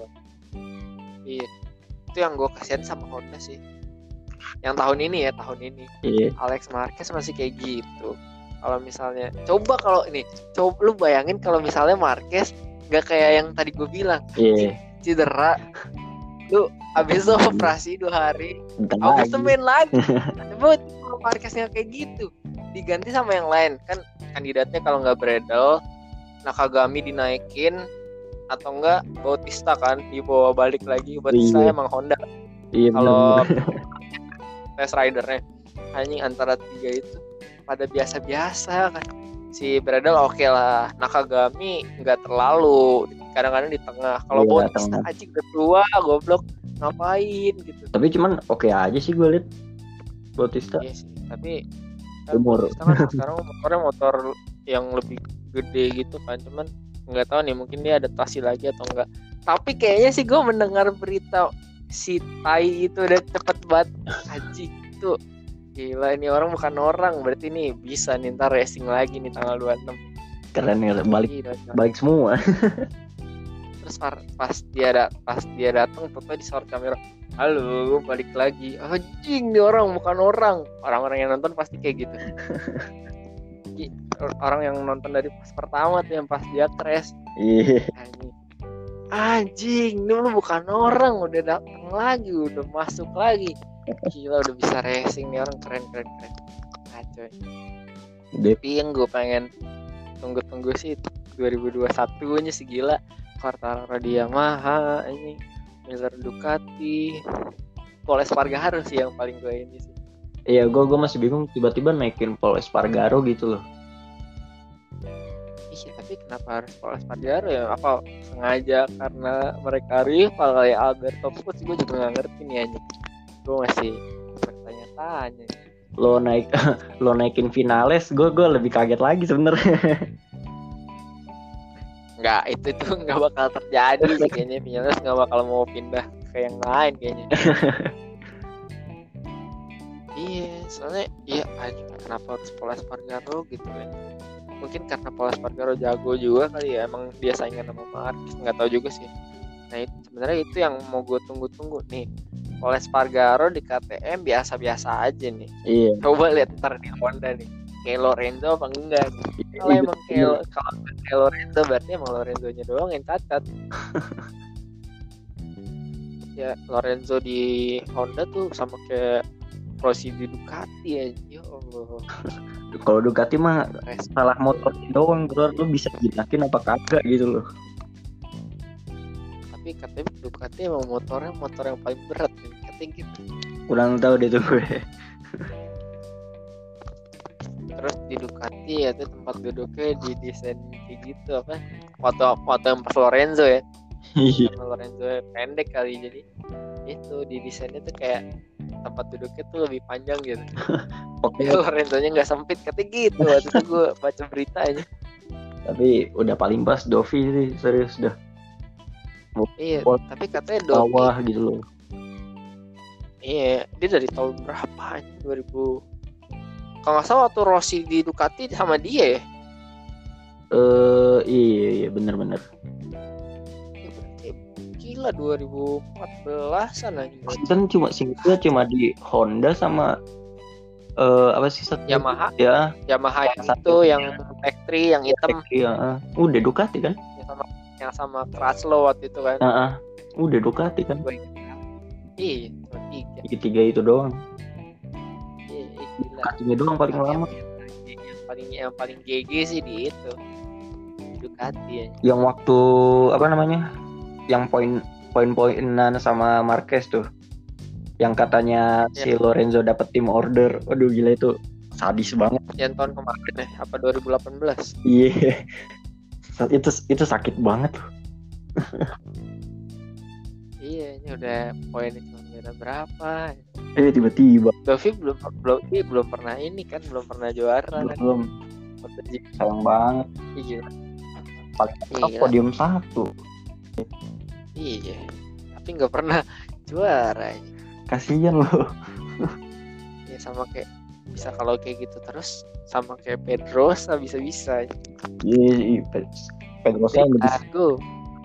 Iya. Itu yang gue kasihan sama Honda sih. Yang tahun ini ya, tahun ini. Iya. Alex Marquez masih kayak gitu. Kalau misalnya coba kalau ini coba lu bayangin kalau misalnya Marquez nggak kayak yang tadi gue bilang yeah. cedera lu abis itu operasi dua hari abis itu main lagi. Coba kalau Marqueznya kayak gitu diganti sama yang lain kan kandidatnya kalau nggak Bradle Nakagami dinaikin atau enggak Bautista kan dibawa balik lagi. Bautista yeah. emang Honda yeah, kalau test ridernya hanya antara tiga itu pada biasa-biasa kan. Si Bradle oke okay lah, Nakagami nggak terlalu, kadang-kadang di tengah. Kalau iya, Bautista aja udah tua, goblok, ngapain gitu. Tapi cuman oke okay aja sih gue liat Bautista. Iya sih, tapi kan umur. Bautista kan sekarang motornya motor yang lebih gede gitu kan, cuman nggak tahu nih mungkin dia adaptasi lagi atau enggak. Tapi kayaknya sih gue mendengar berita si Tai itu udah cepet banget, haji itu. Gila ini orang bukan orang, berarti nih bisa nih ntar racing lagi nih tanggal dua puluh enam. Keren ya, balik Gila, balik semua. Terus pas dia ada pas dia datang foto di short kamera. Halo, balik lagi. Anjing nih orang bukan orang. Orang-orang yang nonton pasti kayak gitu. Orang yang nonton dari pas pertama tuh yang pas dia crash. Iya. Anjing. Anjing, ini lu bukan orang, udah datang lagi, udah masuk lagi. Gila udah bisa racing nih orang, keren keren keren. Kacau. Tapi yang gue pengen tunggu-tunggu sih dua ribu dua puluh satu nya sih gila. Quartararo di Yamaha, ini Miller Ducati, Pol Espargaro sih yang paling gue ini sih. Iya, gue gue masih bingung tiba-tiba naikin Pol Espargaro gitu loh. Iya, tapi kenapa harus Pol Espargaro ya? Apa sengaja karena mereka rival kayak Alberto Pucci? Gue juga nggak ngerti nih aja. Gue masih bertanya-tanya. Lo naik lo naikin Vinales, gue gue lebih kaget lagi sebenarnya. Nggak, itu tuh nggak bakal terjadi sih kayaknya. Vinales nggak bakal mau pindah ke yang lain kayaknya. Iya, soalnya iya aja kenapa harus Pol Espargaro gitu kan? Mungkin karena Pol Espargaro jago juga kali ya, emang dia saingan sama Marquez, nggak tahu juga sih. Nah itu sebenarnya itu yang mau gue tunggu-tunggu nih. Pol Espargaro di K T M biasa-biasa aja nih. Iya. Coba lihat ntar di Honda nih. Kayak Lorenzo apa enggak? Kalau emang kayak kalau kayak Lorenzo berarti emang Lorenzo-nya doang yang cacat. Ya Lorenzo di Honda tuh sama kayak Rossi di Ducati aja. Ya Allah. Kalau Ducati mah salah motor doang, bro. Lu bisa jinakin apa kagak gitu loh. Tapi katanya Ducati emang motornya motor yang paling berat katanya gitu. Kurang tahu deh tuh gue. Terus di Ducati ya tuh tempat duduknya didesain kayak gitu apa? Foto foto yang pas Lorenzo ya. Iya. Lorenzo pendek kali jadi itu didesainnya tuh kayak tempat duduknya tuh lebih panjang gitu. Oke. Lorenzo-nya nggak sempit katanya gitu. Waktu itu gue baca berita aja. Tapi udah paling pas Dovi sih serius dah. Iya, Pol, tapi katanya Dovi bawah gitu loh. Iya, dia dari tahun berapa aja? dua ribu Kalau nggak salah waktu Rossi di Ducati sama dia ya. Eh uh, iya iya benar-benar. gila dua ribu empat belasan aja. Kan cuma singkatnya cuma di Honda sama uh, apa sih satu Yamaha ya Yamaha yang satu itu yang factory yang hitam ya, udah Ducati kan yang sama yang sama Crutchlow waktu itu kan. uh, udah Ducati kan iya cuma tiga tiga itu doang. iya gila Ducatinya doang paling lama. Yang paling yang paling G G sih di itu Ducati ya. Yang waktu apa namanya yang poin poin-poinan sama Marquez tuh yang katanya ya. Si Lorenzo dapat tim order, waduh gila itu sadis banget. Yang tahun kemarin ya apa dua ribu delapan belas iya yeah. itu itu sakit banget tuh. iya ini udah poinnya cuma beda berapa eh tiba-tiba Dovi belum belum dia belum pernah ini kan belum pernah juara belum kan? sayang banget. Iya paling iya. Podium satu iya tapi nggak pernah juara. Kasian loh. Ya sama kayak bisa kalau kayak gitu terus sama kayak Pedrosa bisa-bisa. Iya, Pedrosa lebih aku.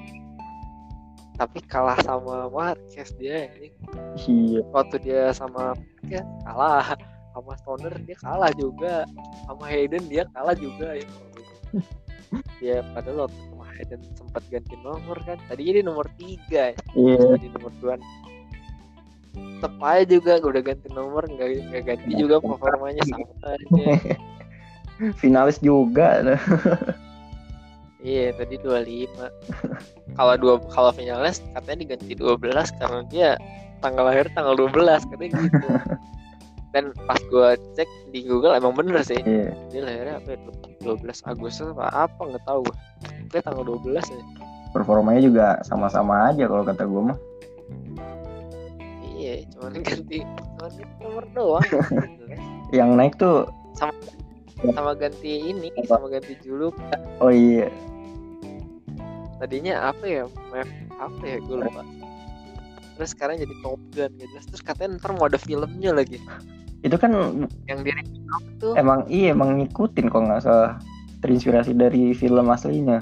Tapi kalah sama Marquez dia ini. Iya. Waktu dia sama Marquez kalah, sama Stoner dia kalah juga, sama Hayden dia kalah juga ya. Dia padahal waktu sama Hayden sempat ganti nomor kan. Tadinya dia nomor tiga ya. Iya. Jadi nomor dua. Tetep aja juga udah ganti nomor nggak nggak ganti juga performanya sama aja. Finalis juga. Iya tadi dua puluh lima. Kalau dua kalau finalis katanya diganti dua belas karena dia tanggal lahir tanggal dua belas katanya gitu. Dan pas gue cek di Google emang bener sih. Yeah. Dia lahirnya apa ya dua belas Agustus apa apa nggak tahu gue. Kayak tanggal dua belas ya. Performanya juga sama-sama aja kalau kata gue mah. Iya, cuman ganti cuman nomor doang. Yang naik tuh sama sama ganti ini, apa? Sama ganti juluk. Oh iya. Tadinya apa ya? Map apa ya? Gue lupa. Terus sekarang jadi Top Gun gitu. Terus katanya ntar mau ada filmnya lagi. Itu kan yang di tuh. Emang iya emang ngikutin kok nggak salah. Terinspirasi dari film aslinya.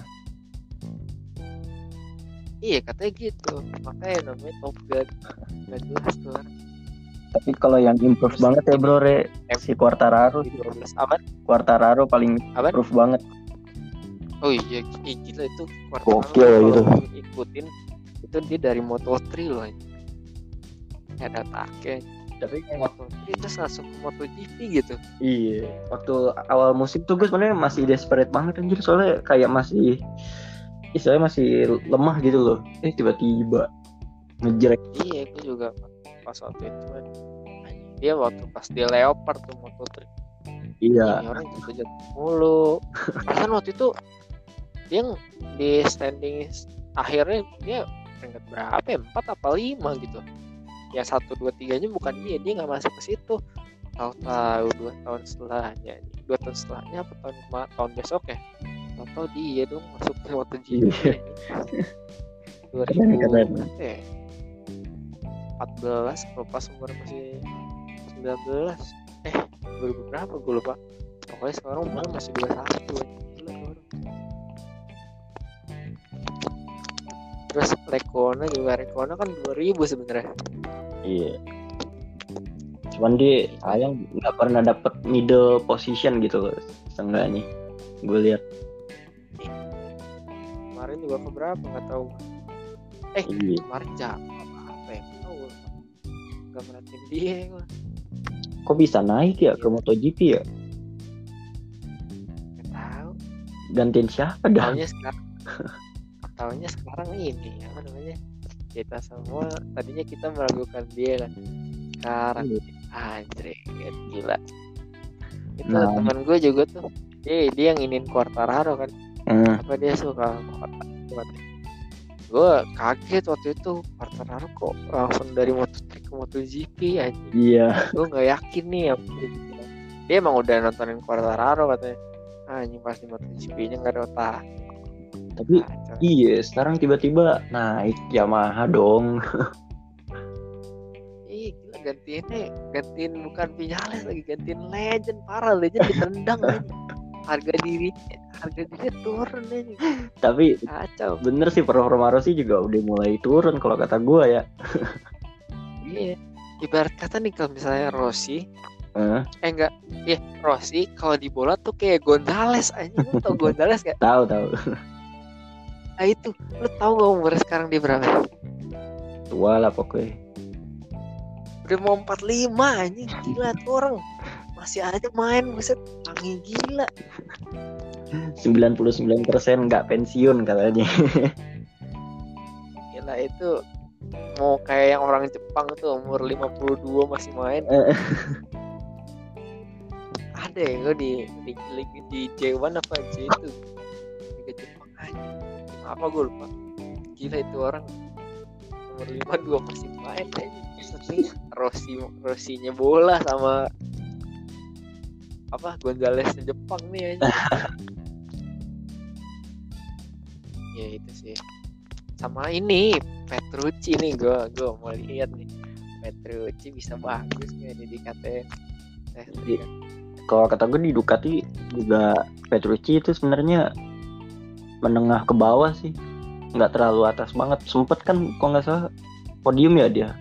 Iya katanya gitu, makanya namanya Top Gun. Gak jelas tuh. Tapi kalau yang improve terus banget ya bro re M- si Quartararo dua belas aman. Quartararo paling aman? Improve banget. Oh iya gila itu Quartararo gitu. Ikutin itu dia dari Moto tiga loh. Ada take. Tapi Moto tiga terus langsung ke MotoGP gitu. Iya. Waktu awal musim tuh gue sebenarnya masih desperate banget anjir soalnya kayak masih istilahnya masih lemah gitu loh. Eh tiba-tiba ngejerek. Iya, itu juga pas waktu itu kan. Dia waktu pas dia Leopard tuh Moto tiga. Iya. Ini orang jatuh-jatuh mulu. Kan waktu itu dia di standing akhirnya dia peringkat berapa ya? empat apa lima gitu. Ya satu dua tiganya bukan dia, dia enggak masuk ke situ. Tahu-tahu dua tahun setelahnya, dua tahun setelahnya apa tahun tahun besok ya? Tahu dia dong masuk ke MotoGP. dua ribu empat belas kalau pas umur masih sembilan belas eh dua ribu berapa gue lupa. Pokoknya sekarang umurnya masih dua puluh satu. Terus Lecona juga Lecona kan dua ribu sebenarnya. Iya. Cuman dia sayang nggak pernah dapet middle position gitu loh, seenggaknya gue lihat. Kemarin juga keberapa nggak tahu. Eh iya. Kemarin jam apa apa ya nggak tahu. Nggak merhatiin dia gue. Kok bisa naik ya, ya. Ke MotoGP ya? Nggak tahu. Gantiin siapa dah? Taunya sekarang. Taunya sekarang ini apa namanya? Kita semua tadinya kita meragukan dia kan. Sekarang anjir gila. Itu nah. Teman gue juga tuh. Dia dia yang ingin Quartararo kan. Hmm. Apa dia suka Quartararo. Gue kaget waktu itu Quartararo kok langsung dari Moto tiga ke MotoGP anjir. Iya. Gue enggak yakin nih ya. Dia emang udah nontonin Quartararo katanya. Anjing pas di MotoGP-nya enggak ada otak. Tapi nah, iya sekarang tiba-tiba naik Yamaha dong. Ih gila gantiinnya gantiin bukan Vinales lagi gantiin Legend parah Legend ditendang aja. harga diri harga diri turun aja. Tapi Kacau. bener sih, performa Rossi juga udah mulai turun kalau kata gue ya. Iya. Ibarat kata nih kalau misalnya Rossi Eh, eh enggak, iya Rossi kalau di bola tuh kayak Gonzales aja. Lu tau Gonzales gak? tahu tahu. Nah itu, lu tau gak umurnya sekarang dia berapa? Tua lah pokoknya. Udah mau empat puluh lima anjing, gila tuh orang. Masih aja main, buset, tangi gila. sembilan puluh sembilan persen nggak pensiun katanya. Gila itu mau kayak yang orang Jepang tuh umur lima puluh dua masih main. Ada ya gue di di di, di J satu apa J itu Liga Jepang aja. Apa gue lupa. Gila itu orang umur lima puluh dua masih main aja. Nih Rossi Rossinya bola sama apa Gonzales Jepang nih aja. Ya itu sih. Sama ini Petrucci nih gue gue mau lihat nih Petrucci bisa bagus nggak nih di K T M. Eh, Kalau kata gue di Ducati juga Petrucci itu sebenarnya menengah ke bawah sih, nggak terlalu atas banget. Sempet kan kalau nggak salah podium ya dia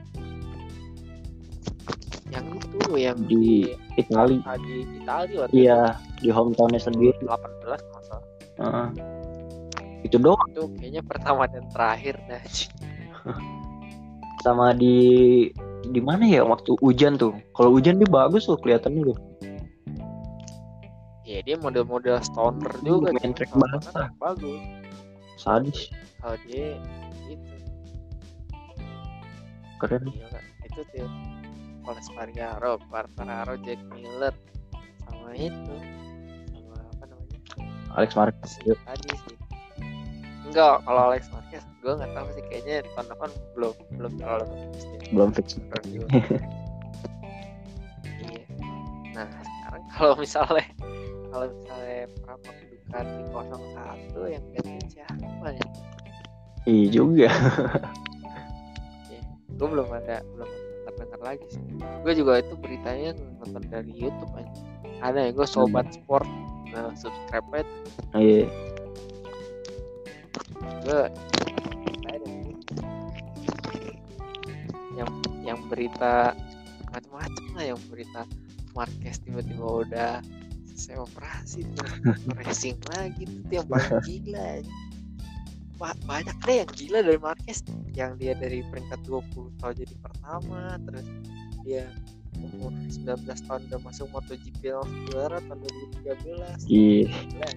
yang itu yang di Italia. ah, di Italia waktu Iya, di hometownnya sendiri. delapan belas masalah. Uh, itu doang. Itu kayaknya pertama dan terakhir dah. Sama di di mana ya waktu hujan tuh. Kalau hujan dia bagus loh kelihatannya loh. Ya dia model-model stoner juga. Main cuman track kalau basah. kan bagus. Sadis. Kalau dia itu Keren. gila. Itu tuh Paul Espargaro, Quartararo, Jack Miller, sama itu, sama apa namanya? Alex Marquez. Si tadi sih. Enggak, kalau Alex Marquez gue nggak tahu sih, kayaknya tahun depan belum belum terlalu bagus dia. Belum fix. Iya. Nah sekarang kalau misalnya kalau misalnya perapat Ducati nol satu yang gantiin siapa ya? Iya juga. Ya, gue belum ada belum dengar lagi sih. Gue juga itu beritanya nonton dari YouTube aja. Ada ya gue sobat hmm. sport, nah subscribe aja. Iya. Gue yang yang berita macam-macam lah, yang berita Marquez tiba-tiba udah selesai operasi tuh racing lagi tuh yang paling gila. Wah, banyak deh yang gila dari Marquez, yang dia dari peringkat dua puluh tahun jadi pertama, terus dia umur sembilan belas tahun udah masuk MotoGP langsung juara tahun dua ribu tiga belas. Iya.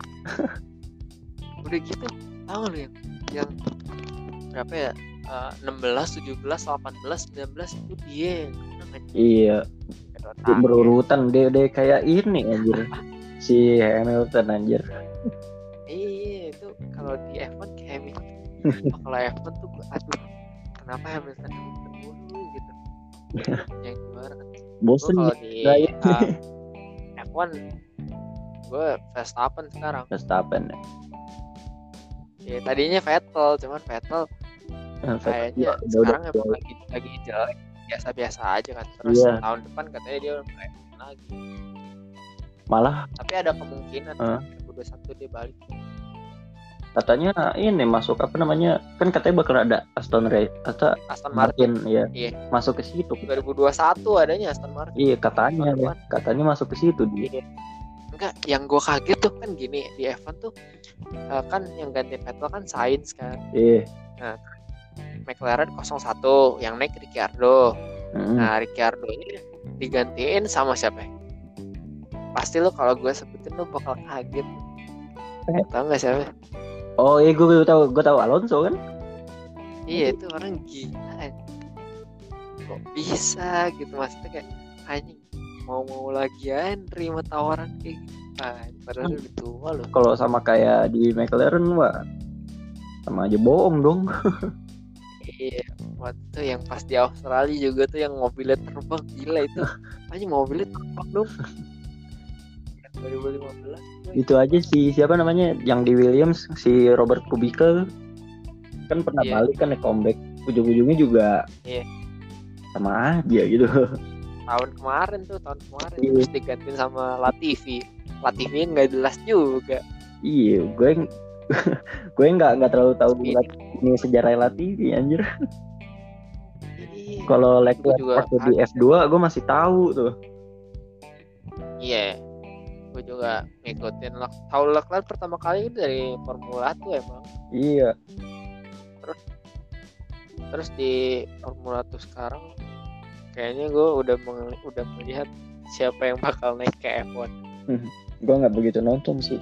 Udah gitu, tahu lu yang yang berapa ya? Uh, enam belas, tujuh belas, delapan belas, sembilan belas itu dia yang menang aja. Iya. Berurutan deh deh kayak ini anjir. Si Hamilton anjir. Iya, itu kalau di F satu kayak Hamilton. Kalau F satu tuh aduh, kenapa Hamilton Hamilton mulu gitu. Yang juara kan. Bosen kalau di uh, F satu gue Verstappen sekarang. Verstappen. Ya tadinya Vettel, cuman Vettel Nah, kayaknya udah, sekarang udah, emang udah. lagi lagi jelek, biasa-biasa aja kan. Terus Iya. tahun depan katanya dia udah mulai lagi. Malah tapi ada kemungkinan uh. dua ribu dua puluh satu dia balik. Katanya ini masuk apa namanya, kan katanya bakal ada Aston Ray atau Aston Martin, Martin ya. Iya. Masuk ke situ. dua ribu dua puluh satu adanya Aston Martin. Iya katanya ya. Katanya masuk ke situ dia. Enggak, yang gue kaget tuh kan gini, di F satu tuh uh, kan yang ganti Vettel kan Sainz kan. Iya. Nah, McLaren nol satu yang naik Ricciardo. Mm-hmm. Nah, Ricciardo ini digantiin sama siapa? Pasti lo kalau gue sebutin lo bakal kaget. Eh. Tahu nggak siapa? Oh iya, gue tahu, gue tahu Alonso kan? Iya, itu orang gila. Kok bisa gitu, maksudnya kayak anjing mau-mau lagi aja nerima tawaran kayak gitu. Ah, padahal udah tua loh. Kalau sama kayak di McLaren, wah sama aja bohong dong. Iya, waktu itu yang pas di Australia juga tuh yang mobilnya terbang, gila itu. Anjing mobilnya terbang dong. dua ribu lima belas itu aja sih, siapa namanya yang di Williams, si Robert Kubica kan pernah yeah. balik kan, comeback ujung-ujungnya juga yeah. sama aja gitu. Tahun kemarin tuh tahun kemarin yeah. terus digantiin sama Latifi. Latifi nggak jelas juga. Iya, gue gue nggak nggak terlalu tahu ini sejarah Latifi anjir. Iya. Kalau Leclerc waktu di F dua gue masih tahu tuh. Iya, gue juga ngikutin. Tahu Leclerc pertama kali dari Formula satu emang. Iya. Terus terus di Formula satu sekarang kayaknya gue udah meng- udah melihat siapa yang bakal naik ke F satu. Hmm, gue nggak begitu nonton sih.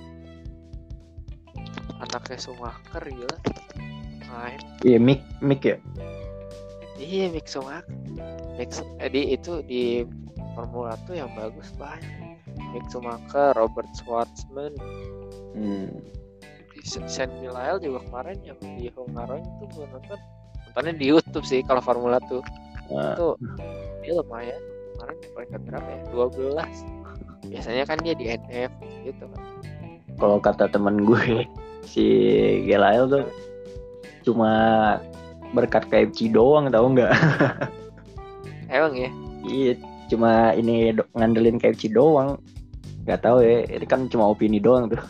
Anaknya Schumacher gila main. Iya, Mick Mick ya. Iya, Mick Schumacher. Mick, jadi itu di Formula satu yang bagus banyak. Mick Schumacher, Robert Schwarzman, Hmm. Sean Gilliel juga kemarin yang di Hungaroring itu gue nonton. Nontonnya di YouTube sih kalau Formula satu. Nah. Itu dia lumayan. Kemarin peringkat berapa ya? dua belas. Biasanya kan dia di N F gitu kan. Kalau kata temen gue si Gelael tuh cuma berkat K F C doang, tahu nggak? Emang ya? Iya, cuma ini do- ngandelin K F C doang. Nggak tahu ya, ini kan cuma opini doang tuh.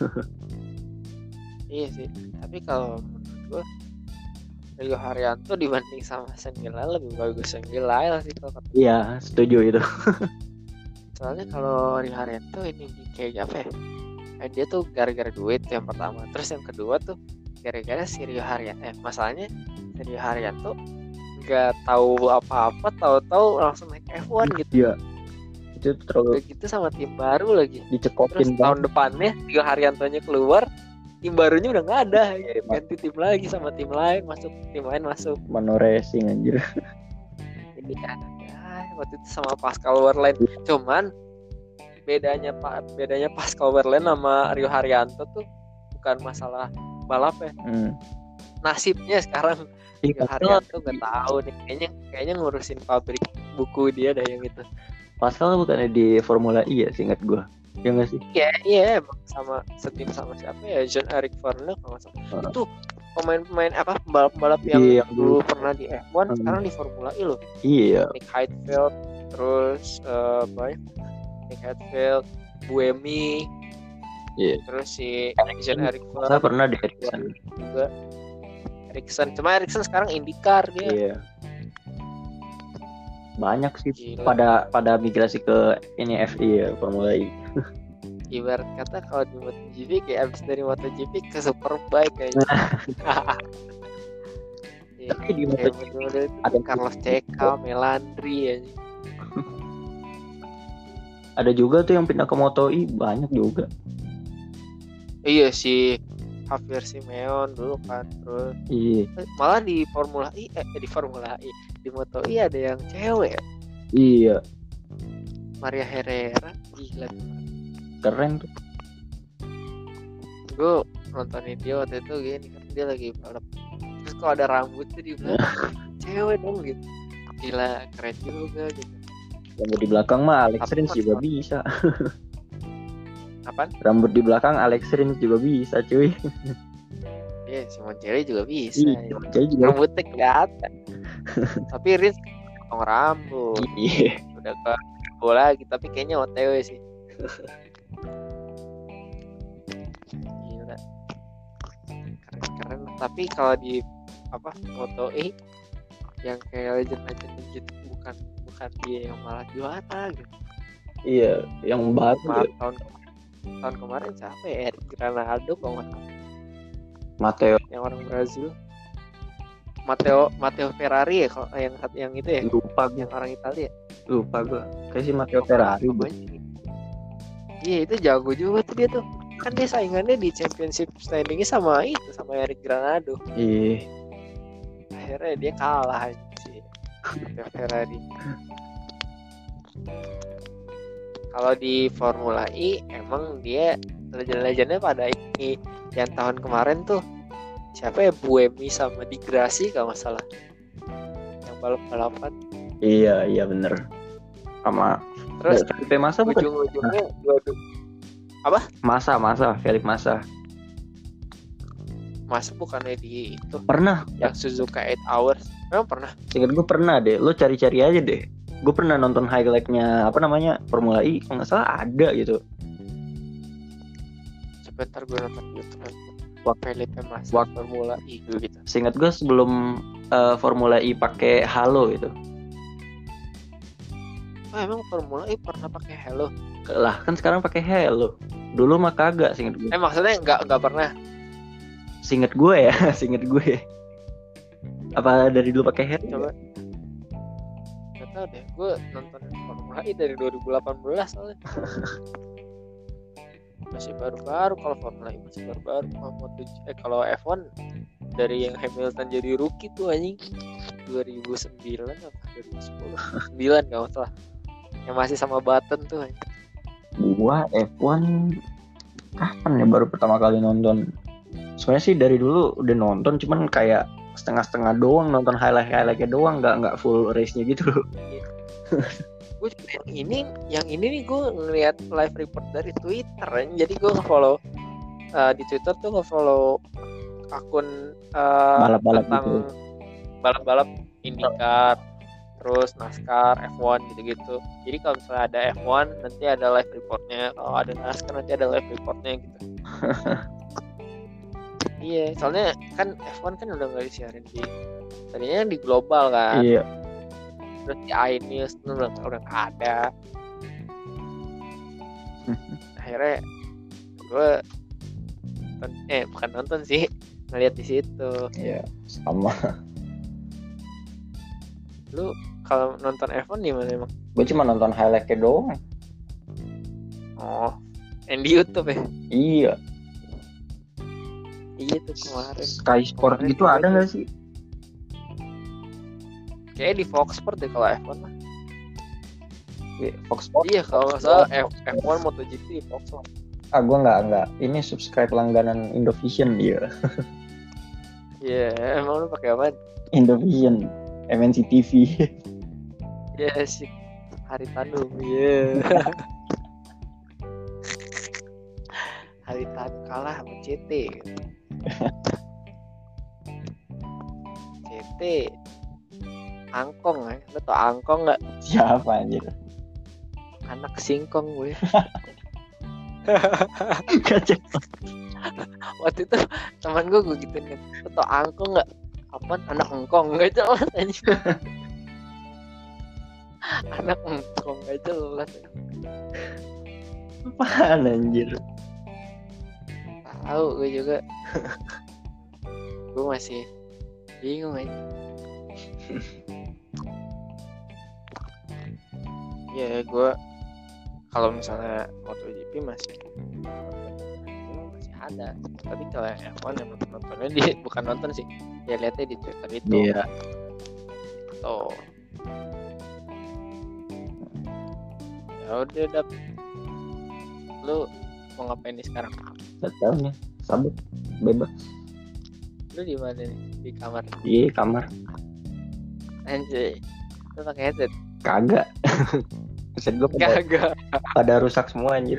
Iya sih. Tapi kalau menurut gue Rio Haryanto dibanding sama Sean Gilliel lebih bagus Sean Gilliel sih kalau kata. Iya, setuju itu. Soalnya kalau Rio Haryanto ini kayak apa ya? Eh, dia tuh gara-gara duit tuh yang pertama. Terus yang kedua tuh gara-gara si Rio Haryanto. Eh, masalahnya si Rio Haryanto nggak tahu apa-apa, tahu-tahu langsung naik F satu gitu. Iya. Itu terlalu Udah gitu sama tim baru lagi. Terus dicekokin tahun depannya Rio Haryantonya keluar, tim barunya udah nggak ada. Ganti tim lagi sama tim lain, masuk tim lain masuk. Mano Racing anjir. Ini kan ya, waktu itu sama Pascal Wehrlein. Cuman bedanya Pak bedanya Pascal Wehrlein sama Rio Haryanto tuh bukan masalah balap ya. Hmm. Nasibnya sekarang Rio Haryanto nggak tahu nih, kayaknya kayaknya ngurusin pabrik buku dia dah yang itu. Pascal bukannya di Formula E ya, seingat gue. Ya nggak sih? Iya, iya emang sama setim sama siapa ya, Jean-Eric Vergne kalau nggak salah. Uh. Itu pemain-pemain apa pembalap-pembalap yang Iya, yang dulu dulu. pernah di F satu Hmm. sekarang di Formula E loh. Iya. Nick Heidfeld, terus uh, banyak Nick Heidfeld, Buemi, Iya. terus si Jean-Eric Saya Vergne pernah di Ericsson. juga. Ericsson, cuma Ericsson sekarang IndyCar dia. Iya. Banyak sih Gila. pada pada migrasi ke ini F I ya, Formula E. Ibarat kata kalau di MotoGP kayak abis dari MotoGP ke Superbike kayaknya. Iya, Tapi di kayak MotoGP model itu ada Carlos Checa, Melandri ya. ada juga tuh yang pindah ke Moto E, banyak juga. Iya si Javier Simeon dulu kan, terus Iya. malah di Formula E eh di Formula E di Moto E ada yang cewek ya? Iya, Maria Herrera, gila tuh. keren tuh. Gue nontonin dia waktu itu gini kan, dia lagi balap, terus kok ada rambut tuh di belakang cewek dong gitu, gila keren juga gitu. Rambut di belakang mah Alex Tapi Rins pas- juga bisa. Apaan? Rambut di belakang Alex Rins juga bisa, cuy. Iya si Moncelli juga bisa Iya, ya. jadi juga. Rambutnya kelihatan tapi Riz potong rambut Iya. udah ke bola lagi tapi kayaknya O T W sih. Gila keren-keren. Tapi kalau di apa Moto E yang kayak legend-legend gitu bukan bukan dia yang malah juara gitu. Iya, yang baru Kemarin, ya. tahun tahun kemarin siapa ya, Eric Granado kalau nggak salah, Matteo yang orang Brazil. Matteo Matteo Ferrari ya kalau yang yang itu ya, lupa gue, yang orang Italia. lupa gue. Kayak si Matteo Ferrari. Bu. Iya itu jago juga tuh dia tuh. Kan dia saingannya di championship standingnya sama itu sama Eric Granado. Iya. Akhirnya dia kalah sih Matteo Ferrari. Kalau di Formula E emang dia legend-legendnya pada ini. Yang tahun kemarin tuh siapa ya, Buemi sama Di Grassi kalau nggak salah, yang balap-balapan. Iya, iya bener. Sama Terus Felipe Massa bukan? ujung-ujungnya dua-dua Massa, Massa, Felipe Massa. Mas bukannya di itu Pernah. yang Suzuka eight hours. Memang pernah. Ingat gue pernah deh. Lo cari-cari aja deh. Gue pernah nonton highlight-nya apa namanya Formula E. Kalau nggak salah ada gitu. coba ntar gue nonton YouTube Wak- Felipe Massa Wak- Formula E gitu. Seingat gue sebelum uh, Formula E pakai halo itu. Oh emang Formula E pernah pakai halo? Lah kan sekarang pakai halo. Dulu mah kagak, seingat gue. Eh maksudnya nggak nggak pernah? Seingat gue ya, seingat gue. Apa dari dulu pakai halo? Coba. Gak tau deh, gue nonton Formula E dari dua ribu delapan belas soalnya. Masih baru-baru kalau Formula E masih baru-baru. Kalau Moto eh kalau F satu dari yang Hamilton jadi rookie tuh anjing dua ribu sembilan apa dua ribu sepuluh sembilan enggak salah. Yang masih sama Button tuh anjing. Gua F satu kapan ya baru pertama kali nonton. Sebenarnya sih dari dulu udah nonton, cuman kayak setengah-setengah doang, nonton highlight-highlightnya doang, nggak nggak full race-nya gitu. Gue yang ini yang ini nih gue ngeliat live report dari Twitter, jadi gue nge-follow uh, di Twitter tuh nge-follow akun uh, Balap-balap tentang gitu. balap-balap IndyCar, terus NASCAR, F satu gitu-gitu. Jadi kalau misalnya ada F satu nanti ada live reportnya, kalau ada NASCAR nanti ada live reportnya gitu. Iya, soalnya kan F satu kan udah nggak disiarin di tadinya di global kan. Iya. Terus di iNews itu udah udah nggak ada. Akhirnya gue eh bukan nonton sih, ngeliat di situ. Iya, sama. Lu kalau nonton F satu di mana emang? Gue cuma nonton highlightnya doang. Oh, yang di YouTube ya? Iya. Iya tuh kemarin. Sky Sport Kemarin gitu juga ada tuh. nggak sih? Kayaknya di Fox Sport deh kalau F satu mah. Iya, Fox Sport. Iya kalau nggak salah F F1 MotoGP di Fox Sport. Ah, gue nggak nggak. Ini subscribe langganan Indovision dia. Iya, emang lu pakai apa? Indovision, M N C T V. Iya sih, Hari Tanu. Iya. Hari Tanu kalah sama C T. C T Angkong ya, lo tau Angkong nggak? Siapa anjir? Anak singkong gue. Kacau. Waktu itu teman gue gue gituin kan, lo tau Angkong nggak? Apaan? Anak engkong nggak jelas anjing. Anak engkong nggak jelas. Apaan anjir? Tahu gue juga. Gue masih bingung aja. Ya gue kalau misalnya MotoGP masih masih ada, tapi kalau yang F satu yang nonton nontonnya di bukan nonton sih, ya lihatnya di Twitter itu. Iya. Tuh. Ya udah dap. Lu mau ngapain nih sekarang? Gak tahu nih. Sabut. Bebas. Lu di mana nih? Di kamar. Iya, kamar. Anjay. Lu pakai headset? Kagak. Headset gue pada, Kagak. pada rusak semua anjir.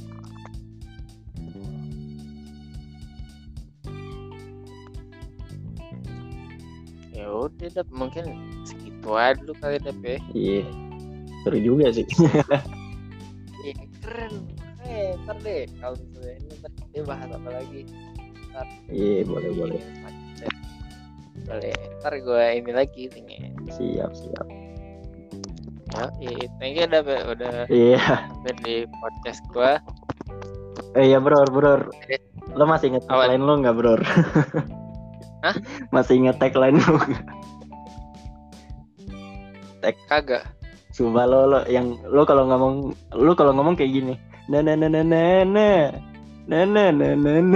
Ya udah dap, mungkin segitu aja dulu kali dap ya. Iya. Seru juga sih. Iya keren. Eh, ntar deh kalau misalnya ini ntar kita bahas apa lagi. Ntar. Iya, boleh boleh. Boleh. Ntar gue ini lagi nih. Siap siap. Ya, iya, thank you dap ya udah Iya. hampir di podcast gue. Eh iya bro bro. Lo masih inget Apa? tagline lo nggak bro? Hah? Masih inget tagline lo nggak? Tag. Kagak. Coba lo lo yang lo kalau ngomong lo kalau ngomong kayak gini. Na na na na na na na na na na na.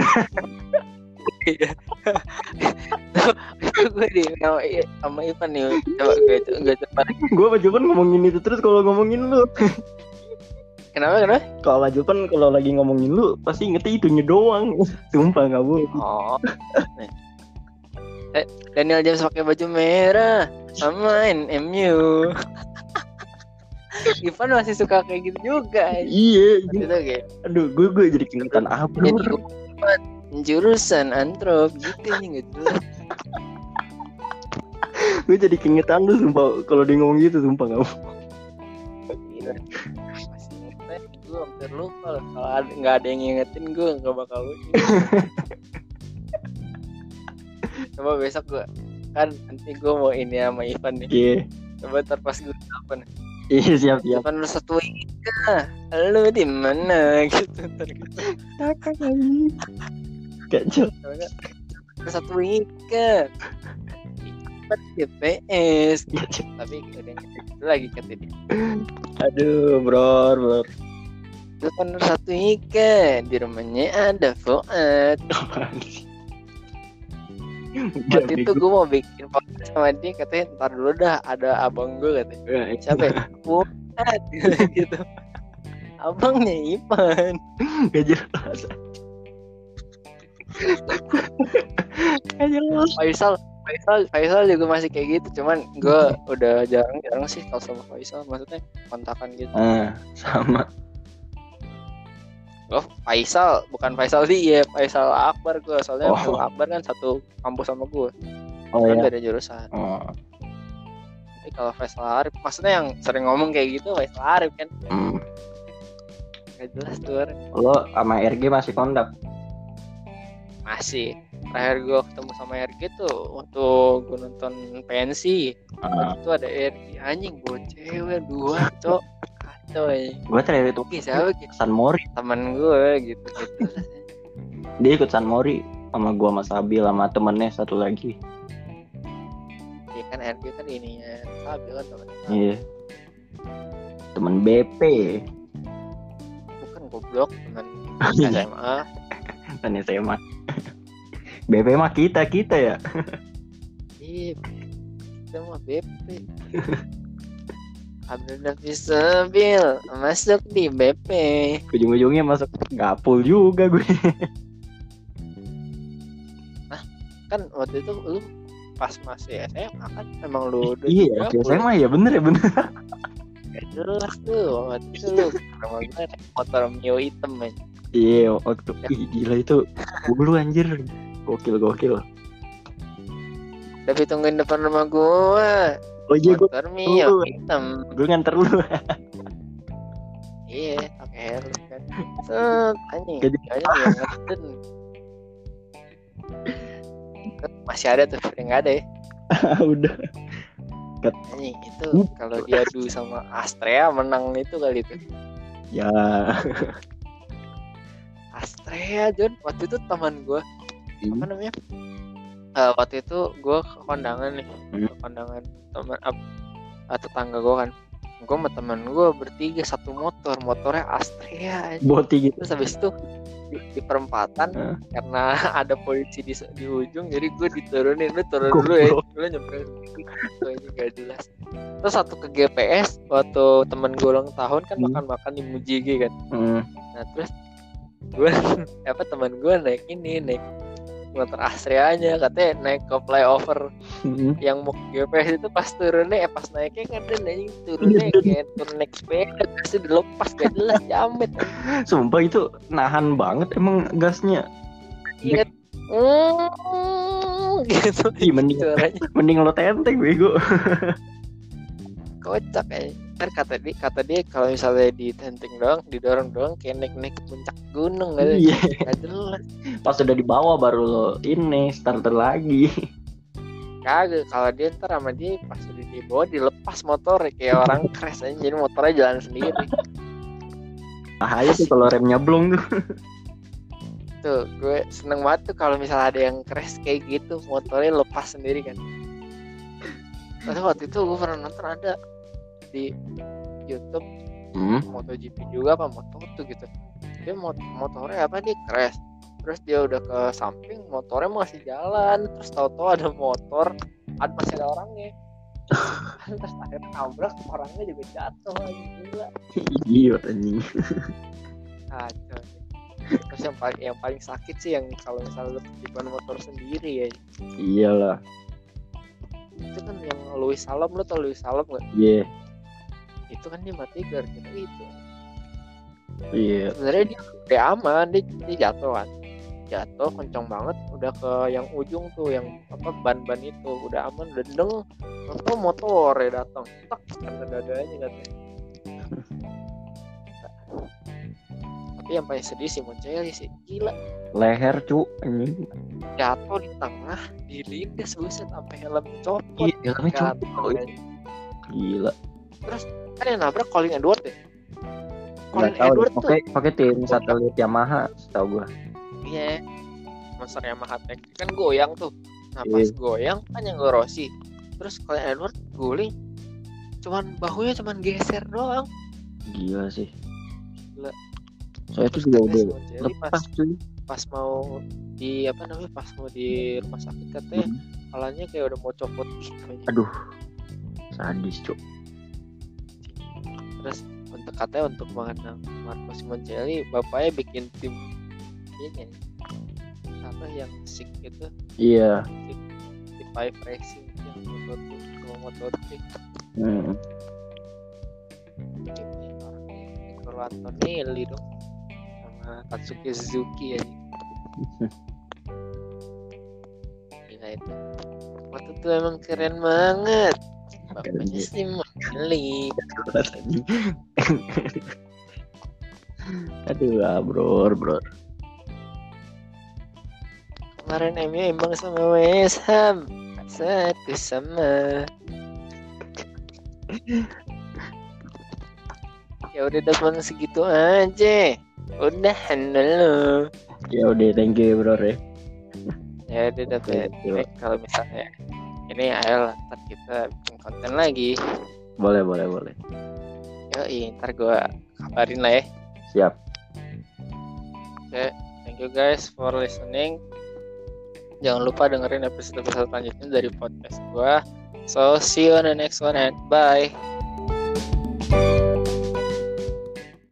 Itu gue di sama, sama Ivan nih. Coba gue gue coba. Gue sama Jupan ngomongin itu terus kalau ngomongin lu. Kenapa kenapa? Kalau sama Jupan kalau lagi ngomongin lu pasti ingetnya itunya doang. Sumpah nggak bohong. Oh. Nih. Eh, Daniel James pakai baju merah sama M U. Ivan masih suka kayak gitu juga. Iya. Waktu itu kayak Aduh, gue gue jadi keingetan apa jadi bro? jurusan antrop gitu nih gitu. Gue jadi keingetan lu sumpah kalau dia ngomong gitu sumpah nggak bohong. Gila. Masih inget gue waktu terlupa loh. Kalau ada, nggak ada yang ngingetin gue nggak bakal lucu. Coba besok gue kan nanti gue mau ini sama Ivan nih. Iya. Coba ntar pas gue telepon. Iya siap siap. Ivan lu satu Ika, lu di mana gitu ntar gitu. Kakak lagi. Kacau. Lu satu Ika. Ivan G P S. Tapi udah gitu lagi kata dia. Aduh, bro, bro. Lu kan satu Ika, di rumahnya ada Fuad. Waktu itu gue mau bikin podcast sama dia, katanya ntar dulu dah, ada abang gue katanya. Siapa ya? Fuad gitu. Abangnya Ivan. Gak jelas. Gak jelas. Faisal, Faisal, Faisal juga masih kayak gitu, cuman gue udah jarang-jarang sih kalau sama Faisal, maksudnya kontakan gitu. Ah, sama. Oh, Faisal, bukan Faisal sih, ya Faisal Akbar gue, soalnya Oh. Faisal Akbar kan satu kampus sama gue, Oh kan ya. beda jurusan. Oh. Tapi kalau Faisal Arif, maksudnya yang sering ngomong kayak gitu Faisal Arif kan, Hmm. gak jelas tuh orang. Lo sama R G masih kontak? Masih. Terakhir gue ketemu sama R G tuh waktu gue nonton pensi. Ah. Itu ada R G anjing bawa cewek dua, cok. Kacau ya. Gue terakhir itu Oke, siapa gitu? San Mori. Temen gue gitu gitu. Dia ikut San Mori sama gue sama Sabil sama temennya satu lagi. Ya kan R G kan ininya Sabil kan temen. Iya. Temen B P. Bukan goblok, temen S M A. Dan S M A. B P mah kita kita ya. Iya. Kita mah B P. Abdul Hafiz Sabil masuk di B P. Ujung-ujungnya masuk gapul juga gue. Kan waktu itu lu pas masih S M A kan emang lu udah Iya, tiga puluh. S M A ya bener ya bener. Gak jelas tuh waktu itu lu sama gue naik motor Mio hitam man. Iya, waktu ih, gila itu dulu anjir. Gokil gokil. Tapi tungguin depan rumah gue Oh iya gue motor Mio Oh. hitam. gue nganter lu. Iya pakai helm kan. Set anjing Jadi- anjing yang ngeden. Masih ada tuh udah nggak ada ya. Udah. Anjing itu kalau diadu sama Astrea menang itu kali itu. Ya. Astrea John waktu itu teman gue apa Hmm. namanya Eh, waktu itu gue ke kondangan nih Hmm. ke kondangan teman ap, eh, tetangga gue kan gue sama teman gue bertiga satu motor motornya Astrea anjing. Boti gitu. Terus habis itu di, di perempatan Hah? karena ada polisi di, di ujung jadi gue diturunin lu turun dulu ya Goblok. lu nyamperin gitu aja gak jelas. Terus satu ke G P S waktu temen gue ulang tahun kan Hmm. makan-makan di Mujigi kan. Hmm. Nah terus gue apa teman gue naik ini naik motor Astrea-nya katanya naik ke flyover Hmm. yang mau ke G P S itu pas turunnya eh pas naiknya ngeden anjing turunnya kayak turun naik sepeda gasnya dilepas gak jelas jamet. Sumpah itu nahan banget emang gasnya. Ingat mm, gitu Ih, mending suaranya mending lo tenteng bego. kocak aja. Ntar kata dia kata dia kalau misalnya ditenteng doang didorong doang kayak naik naik ke puncak gunung gitu. Iya. Gak jelas. Pas udah di bawah baru lo ini starter lagi. Kagak kalau dia ntar sama dia pas udah di bawah dilepas motor kayak orang crash aja jadi motornya jalan sendiri. Bahaya tuh kalau remnya blong tuh. Tuh gue seneng banget tuh kalau misalnya ada yang crash kayak gitu motornya lepas sendiri kan. Terus waktu itu gue pernah nonton ada di YouTube Hmm. MotoGP juga apa motor tuh gitu. Dia mot- motornya apa dia crash. Terus dia udah ke samping motornya masih jalan. Terus tahu-tahu ada motor ada masih ada orangnya. Terus akhirnya nabrak orangnya juga jatuh lagi gila. Iya anjing. Kacau. Terus yang paling yang paling sakit sih yang kalau misalnya lu ketiban motor sendiri ya. Iyalah. Itu kan yang Louis Salam, lu tau Louis Salam gak? Iya. Itu kan dia mati gara-gara itu. Iya. Sebenarnya dia udah aman, dia, dia jatuh kan. Jatuh kencang banget, udah ke yang ujung tuh, yang apa ban-ban itu udah aman, udah deng. Lalu motor ya datang, tak kena dadanya katanya. Tapi yang paling sedih si Moncelli sih, gila. Leher cu anjing. Jatuh di tengah, dilindas buset sampai helm copot. Iya, helmnya Jatuh, copot. anjing. Gila. Terus kan yang nabrak Colin Edward ya? Colin Nggak tahu, Edward tuh. pakai pakai tim satelit Yamaha, setahu gua. Iya. Monster Yamaha Tech kan goyang tuh. Nah pas Iya. goyang kan yang Rossi. Terus Colin Edward guling, cuman bahunya cuman geser doang. Gila sih. Gila. Saya tuh Terus juga katanya udah si Moncelli pas lepas cuy. pas mau di apa namanya pas mau di rumah sakit katanya Hmm. kepalanya kayak udah mau copot gitu aja. Aduh. Sadis cu. Terus untuk katanya untuk mengenang Marco Simoncelli, bapaknya bikin tim ini apa yang sick itu, Iya. di Five Racing yang motor kalau motor trick. Hmm. Timnya orang Niccolo Antonelli dong sama Tatsuki Suzuki ya. Gila itu. Waktu itu emang keren banget. Bapaknya sih Moncelli. Aduh, ah, bro, bro. Kemarin M U imbang sama West Ham satu sama. Ya udah teman segitu aja. Udahan dulu. Ya udah, thank you bro ya. Ya udah dapat. Oke, Kalau misalnya ini ayo ntar kita bikin konten lagi. Boleh, boleh, boleh. Yoi, ntar gue kabarin lah ya. Siap. Oke, thank you guys for listening. Jangan lupa dengerin episode-episode selanjutnya dari podcast gue. So see you on the next one and bye.